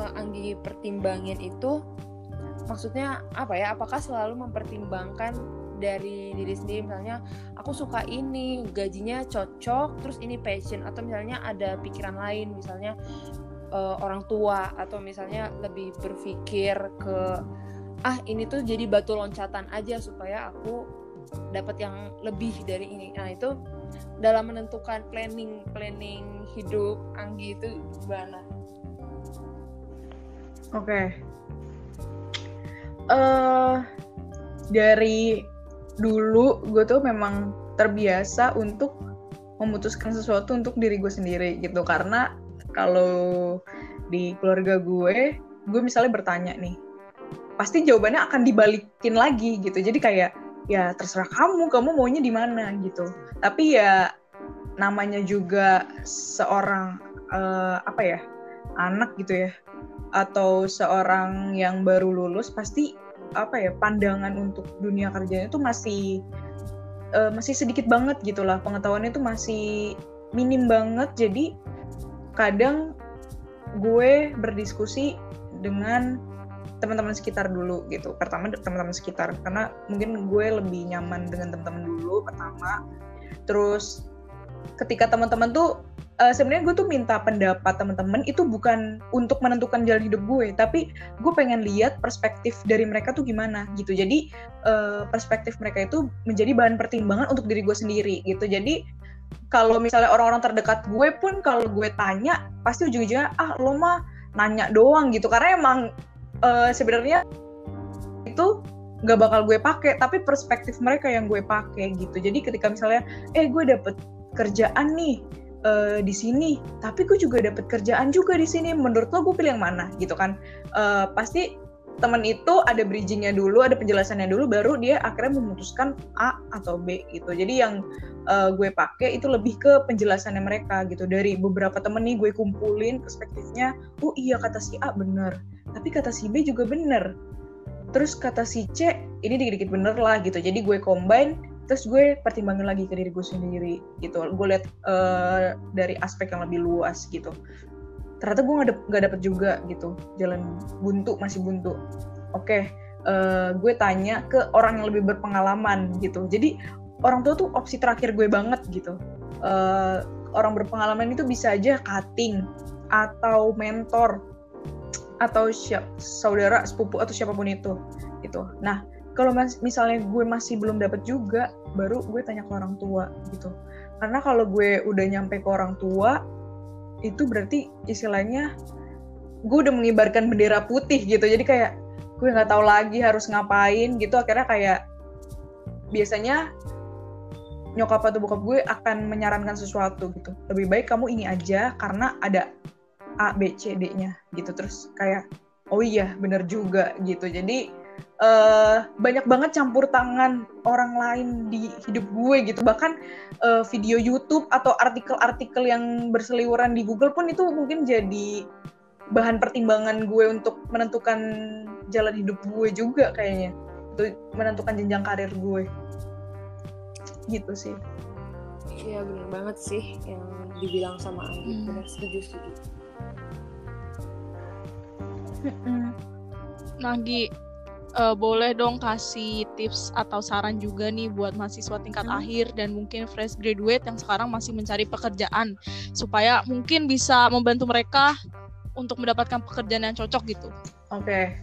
Anggi pertimbangin itu maksudnya apa ya? Apakah selalu mempertimbangkan dari diri sendiri, misalnya aku suka ini, gajinya cocok, terus ini passion, atau misalnya ada pikiran lain, misalnya orang tua, atau misalnya lebih berpikir ke ini tuh jadi batu loncatan aja supaya aku dapat yang lebih dari ini. Nah itu dalam menentukan planning hidup Anggi itu gimana? Oke. Dari dulu gue tuh memang terbiasa untuk memutuskan sesuatu untuk diri gue sendiri gitu, karena kalau di keluarga gue misalnya bertanya nih, pasti jawabannya akan dibalikin lagi gitu. Jadi kayak ya terserah kamu maunya di mana gitu. Tapi ya namanya juga seorang anak gitu ya, atau seorang yang baru lulus, pasti pandangan untuk dunia kerjanya itu masih sedikit banget gitulah, pengetahuannya itu masih minim banget. Jadi kadang gue berdiskusi dengan teman-teman sekitar dulu gitu. Pertama teman-teman sekitar, karena mungkin gue lebih nyaman dengan teman-teman dulu pertama. Terus ketika teman-teman tuh sebenarnya gue tuh minta pendapat teman-teman itu bukan untuk menentukan jalan hidup gue, tapi gue pengen lihat perspektif dari mereka tuh gimana gitu. Jadi perspektif mereka itu menjadi bahan pertimbangan untuk diri gue sendiri gitu. Jadi kalau misalnya orang-orang terdekat gue pun kalau gue tanya, pasti ujung-ujungnya lo mah nanya doang gitu, karena emang sebenarnya itu nggak bakal gue pakai, tapi perspektif mereka yang gue pakai gitu. Jadi ketika misalnya gue dapet kerjaan nih di sini, tapi gue juga dapet kerjaan juga di sini, menurut lo gue pilih yang mana gitu kan? Pasti teman itu ada bridgingnya dulu, ada penjelasannya dulu, baru dia akhirnya memutuskan A atau B gitu. Jadi yang gue pakai itu lebih ke penjelasannya mereka gitu. Dari beberapa temen nih gue kumpulin perspektifnya, oh iya kata si A bener, tapi kata si B juga bener, terus kata si C ini dikit-dikit bener lah gitu. Jadi gue combine, terus gue pertimbangin lagi ke diri gue sendiri gitu. Gue lihat dari aspek yang lebih luas gitu. Ternyata gue nggak dapet juga gitu, jalan masih buntu. Oke, gue tanya ke orang yang lebih berpengalaman gitu. Jadi orang tua tuh opsi terakhir gue banget gitu. Orang berpengalaman itu bisa aja cutting atau mentor atau saudara, sepupu atau siapapun itu gitu. Nah kalau misalnya gue masih belum dapat juga, baru gue tanya ke orang tua gitu. Karena kalau gue udah nyampe ke orang tua, itu berarti istilahnya gue udah mengibarkan bendera putih gitu. Jadi kayak gue nggak tahu lagi harus ngapain gitu. Akhirnya kayak biasanya nyokap atau bokap gue akan menyarankan sesuatu gitu. Lebih baik kamu ini aja karena ada A, B, C, D-nya gitu. Terus kayak oh iya bener juga gitu. Jadi banyak banget campur tangan orang lain di hidup gue gitu. Bahkan video YouTube atau artikel-artikel yang berseliweran di Google pun itu mungkin jadi bahan pertimbangan gue untuk menentukan jalan hidup gue juga kayaknya. Itu menentukan jenjang karir gue. Gitu sih. Iya benar banget sih yang dibilang sama Anggi. Benar, setuju. Anggi, boleh dong kasih tips atau saran juga nih buat mahasiswa tingkat akhir dan mungkin fresh graduate yang sekarang masih mencari pekerjaan, supaya mungkin bisa membantu mereka untuk mendapatkan pekerjaan yang cocok gitu. Oke.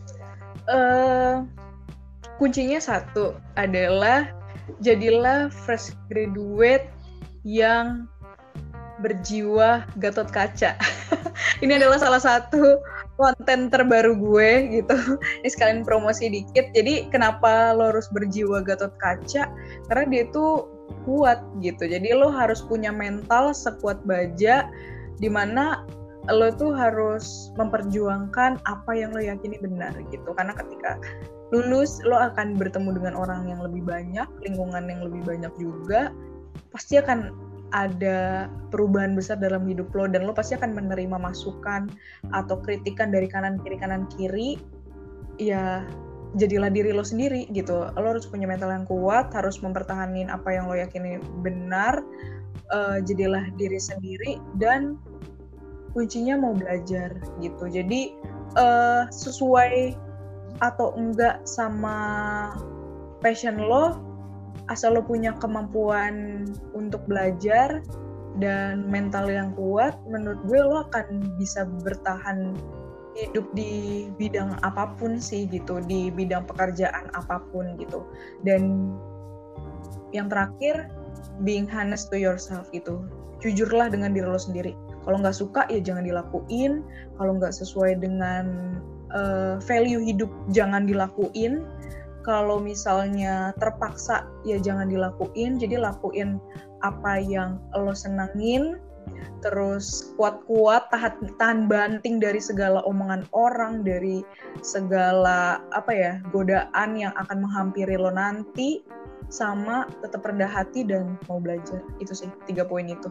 Kuncinya satu adalah jadilah fresh graduate yang berjiwa Gatot Kaca. Ini adalah salah satu konten terbaru gue gitu. Ini sekalian promosi dikit. Jadi kenapa lo harus berjiwa Gatot Kaca? Karena dia tuh kuat gitu. Jadi lo harus punya mental sekuat baja, dimana lo tuh harus memperjuangkan apa yang lo yakini benar gitu. Karena ketika lulus lo akan bertemu dengan orang yang lebih banyak, lingkungan yang lebih banyak juga. Pasti akan ada perubahan besar dalam hidup lo, dan lo pasti akan menerima masukan atau kritikan dari kanan kiri. Ya jadilah diri lo sendiri gitu. Lo harus punya mental yang kuat, harus mempertahankan apa yang lo yakini benar. Jadilah diri sendiri, dan kuncinya mau belajar gitu. Jadi sesuai atau enggak sama passion lo, asal lo punya kemampuan untuk belajar dan mental yang kuat, menurut gue lo akan bisa bertahan hidup di bidang apapun sih gitu, di bidang pekerjaan apapun gitu. Dan yang terakhir, being honest to yourself gitu. Jujurlah dengan diri lo sendiri. Kalau nggak suka ya jangan dilakuin. Kalau nggak sesuai dengan value hidup jangan dilakuin. Kalau misalnya terpaksa ya jangan dilakuin. Jadi lakuin apa yang lo senangin. Terus kuat-kuat, tahan banting dari segala omongan orang, dari segala godaan yang akan menghampiri lo nanti, sama tetap rendah hati dan mau belajar. Itu sih 3 poin itu.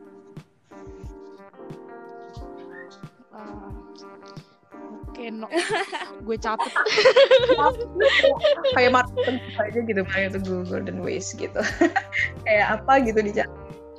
Oke, no. Gue catat. Kayak Martin aja gitu, Mario Teguh Golden Ways gitu. Kayak apa gitu dicatat.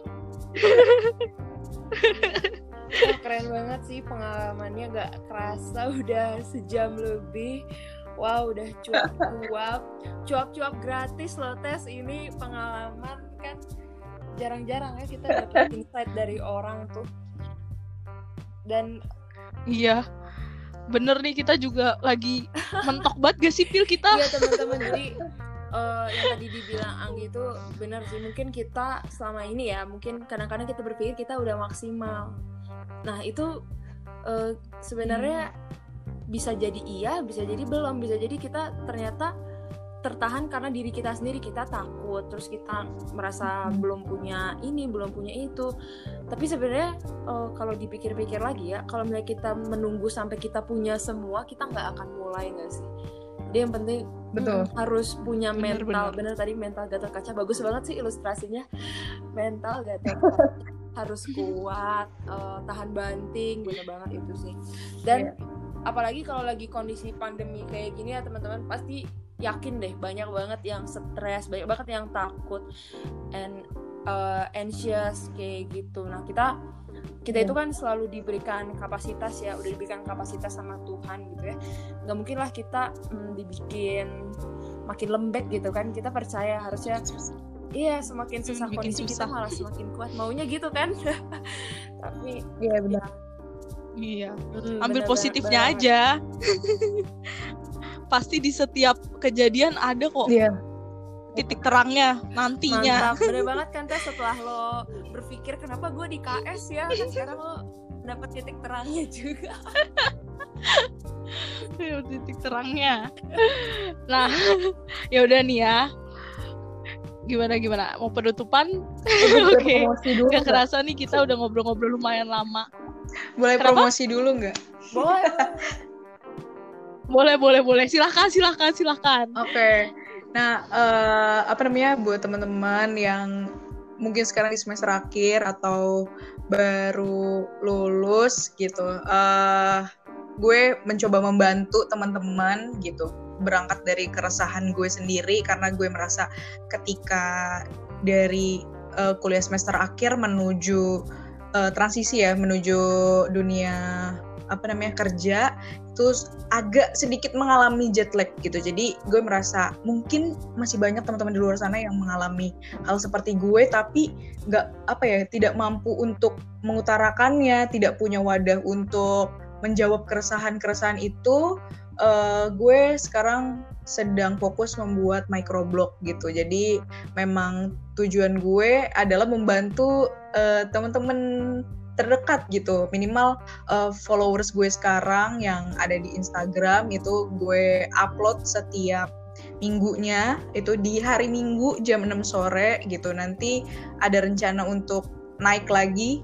Keren banget sih pengalamannya, gak kerasa udah sejam lebih. Wow, udah cuap-cuap gratis loh tes. Ini pengalaman kan jarang-jarang ya kita dapat insight dari orang tuh. Dan iya, bener nih, kita juga lagi mentok banget gak sih Pil kita? Iya teman-teman, jadi yang tadi dibilang Anggi itu benar sih. Mungkin kita selama ini ya, mungkin kadang-kadang kita berpikir kita udah maksimal. Nah itu sebenarnya bisa jadi iya, bisa jadi belum, bisa jadi kita ternyata tertahan karena diri kita sendiri, kita takut, terus kita merasa belum punya ini, belum punya itu. Tapi sebenarnya kalau dipikir-pikir lagi ya, kalau misalnya kita menunggu sampai kita punya semua, kita nggak akan mulai, nggak sih? Jadi yang penting harus punya mental. Bener tadi mental Gatot Kaca, bagus banget sih ilustrasinya. Mental Gatot Kaca harus kuat, tahan banting, bener banget itu sih. Dan apalagi kalau lagi kondisi pandemi kayak gini ya teman-teman, pasti yakin deh banyak banget yang stres, banyak banget yang takut and anxious kayak gitu. Nah kita itu kan selalu diberikan kapasitas ya, udah diberikan kapasitas sama Tuhan gitu ya. Gak mungkin lah kita dibikin makin lembek gitu kan. Kita percaya harusnya semakin susah kondisi kita malah semakin kuat, maunya gitu kan. Tapi benar. Iya, ambil positifnya aja. Pasti di setiap kejadian ada kok titik terangnya nantinya. Mantap, bener banget kan Teh, setelah lo berpikir kenapa gue di KS ya, kan sekarang lo dapet titik terangnya juga. Titik terangnya. Nah, ya udah nih ya. Gimana? Mau penutupan? Oke. Gak kerasa nih kita udah ngobrol-ngobrol lumayan lama. Boleh promosi dulu nggak? Boleh. Silakan. Oke. Nah, buat teman-teman yang mungkin sekarang di semester akhir atau baru lulus gitu, gue mencoba membantu teman-teman gitu, berangkat dari keresahan gue sendiri, karena gue merasa ketika dari kuliah semester akhir menuju transisi ya, menuju dunia kerja, itu agak sedikit mengalami jet lag gitu. Jadi gue merasa mungkin masih banyak teman-teman di luar sana yang mengalami hal seperti gue, tapi tidak mampu untuk mengutarakannya, tidak punya wadah untuk menjawab keresahan itu. Gue sekarang sedang fokus membuat microblog gitu. Jadi memang tujuan gue adalah membantu teman-teman terdekat gitu, minimal followers gue sekarang yang ada di Instagram itu gue upload setiap minggunya, itu di hari Minggu jam 6 sore gitu. Nanti ada rencana untuk naik lagi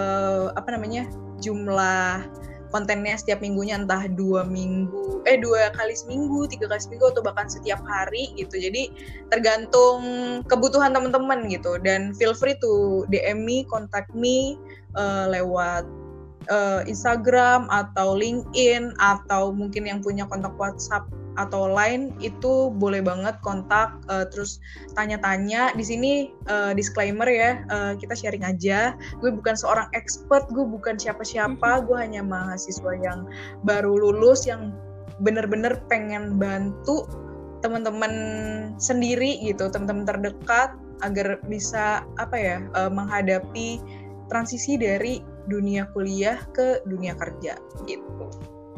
jumlah kontennya setiap minggunya, entah 2 kali seminggu, 3 kali seminggu, atau bahkan setiap hari gitu. Jadi tergantung kebutuhan teman-teman gitu. Dan feel free to DM me, contact me lewat Instagram atau LinkedIn, atau mungkin yang punya kontak WhatsApp atau Line, itu boleh banget kontak, terus tanya-tanya. Di sini disclaimer ya, kita sharing aja. Gue bukan seorang expert, gue bukan siapa-siapa, gue hanya mahasiswa yang baru lulus yang bener-bener pengen bantu teman-teman sendiri gitu, teman-teman terdekat agar bisa menghadapi transisi dari dunia kuliah ke dunia kerja gitu.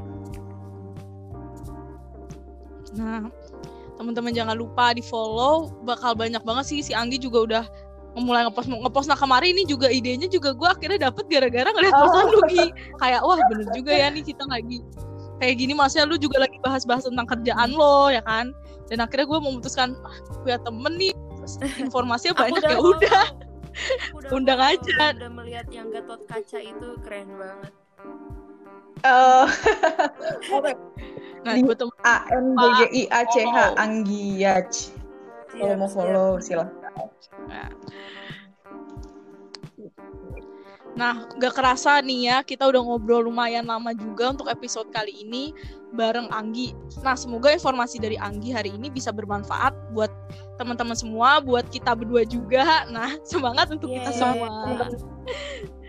Nah, teman-teman jangan lupa di follow, bakal banyak banget sih. Si Anggi juga udah mulai ngepost. Nah kemarin ini juga idenya juga gue akhirnya dapet gara-gara ngeliat posan lu Gi. Kayak wah bener juga ya nih kita lagi kayak gini, maksudnya lu juga lagi bahas-bahas tentang kerjaan lo ya kan. Dan akhirnya gue memutuskan punya temen nih, informasinya banyak, ya udah undang aja. Udah melihat yang Gatot Kaca itu keren banget. Nah, buat temen ANGGIACH Anggiach. Kalau mau follow silahkan. Nah, gak kerasa nih ya, kita udah ngobrol lumayan lama juga untuk episode kali ini bareng Anggi. Nah, semoga informasi dari Anggi hari ini bisa bermanfaat buat teman-teman semua, buat kita berdua juga. Nah, semangat untuk kita semua.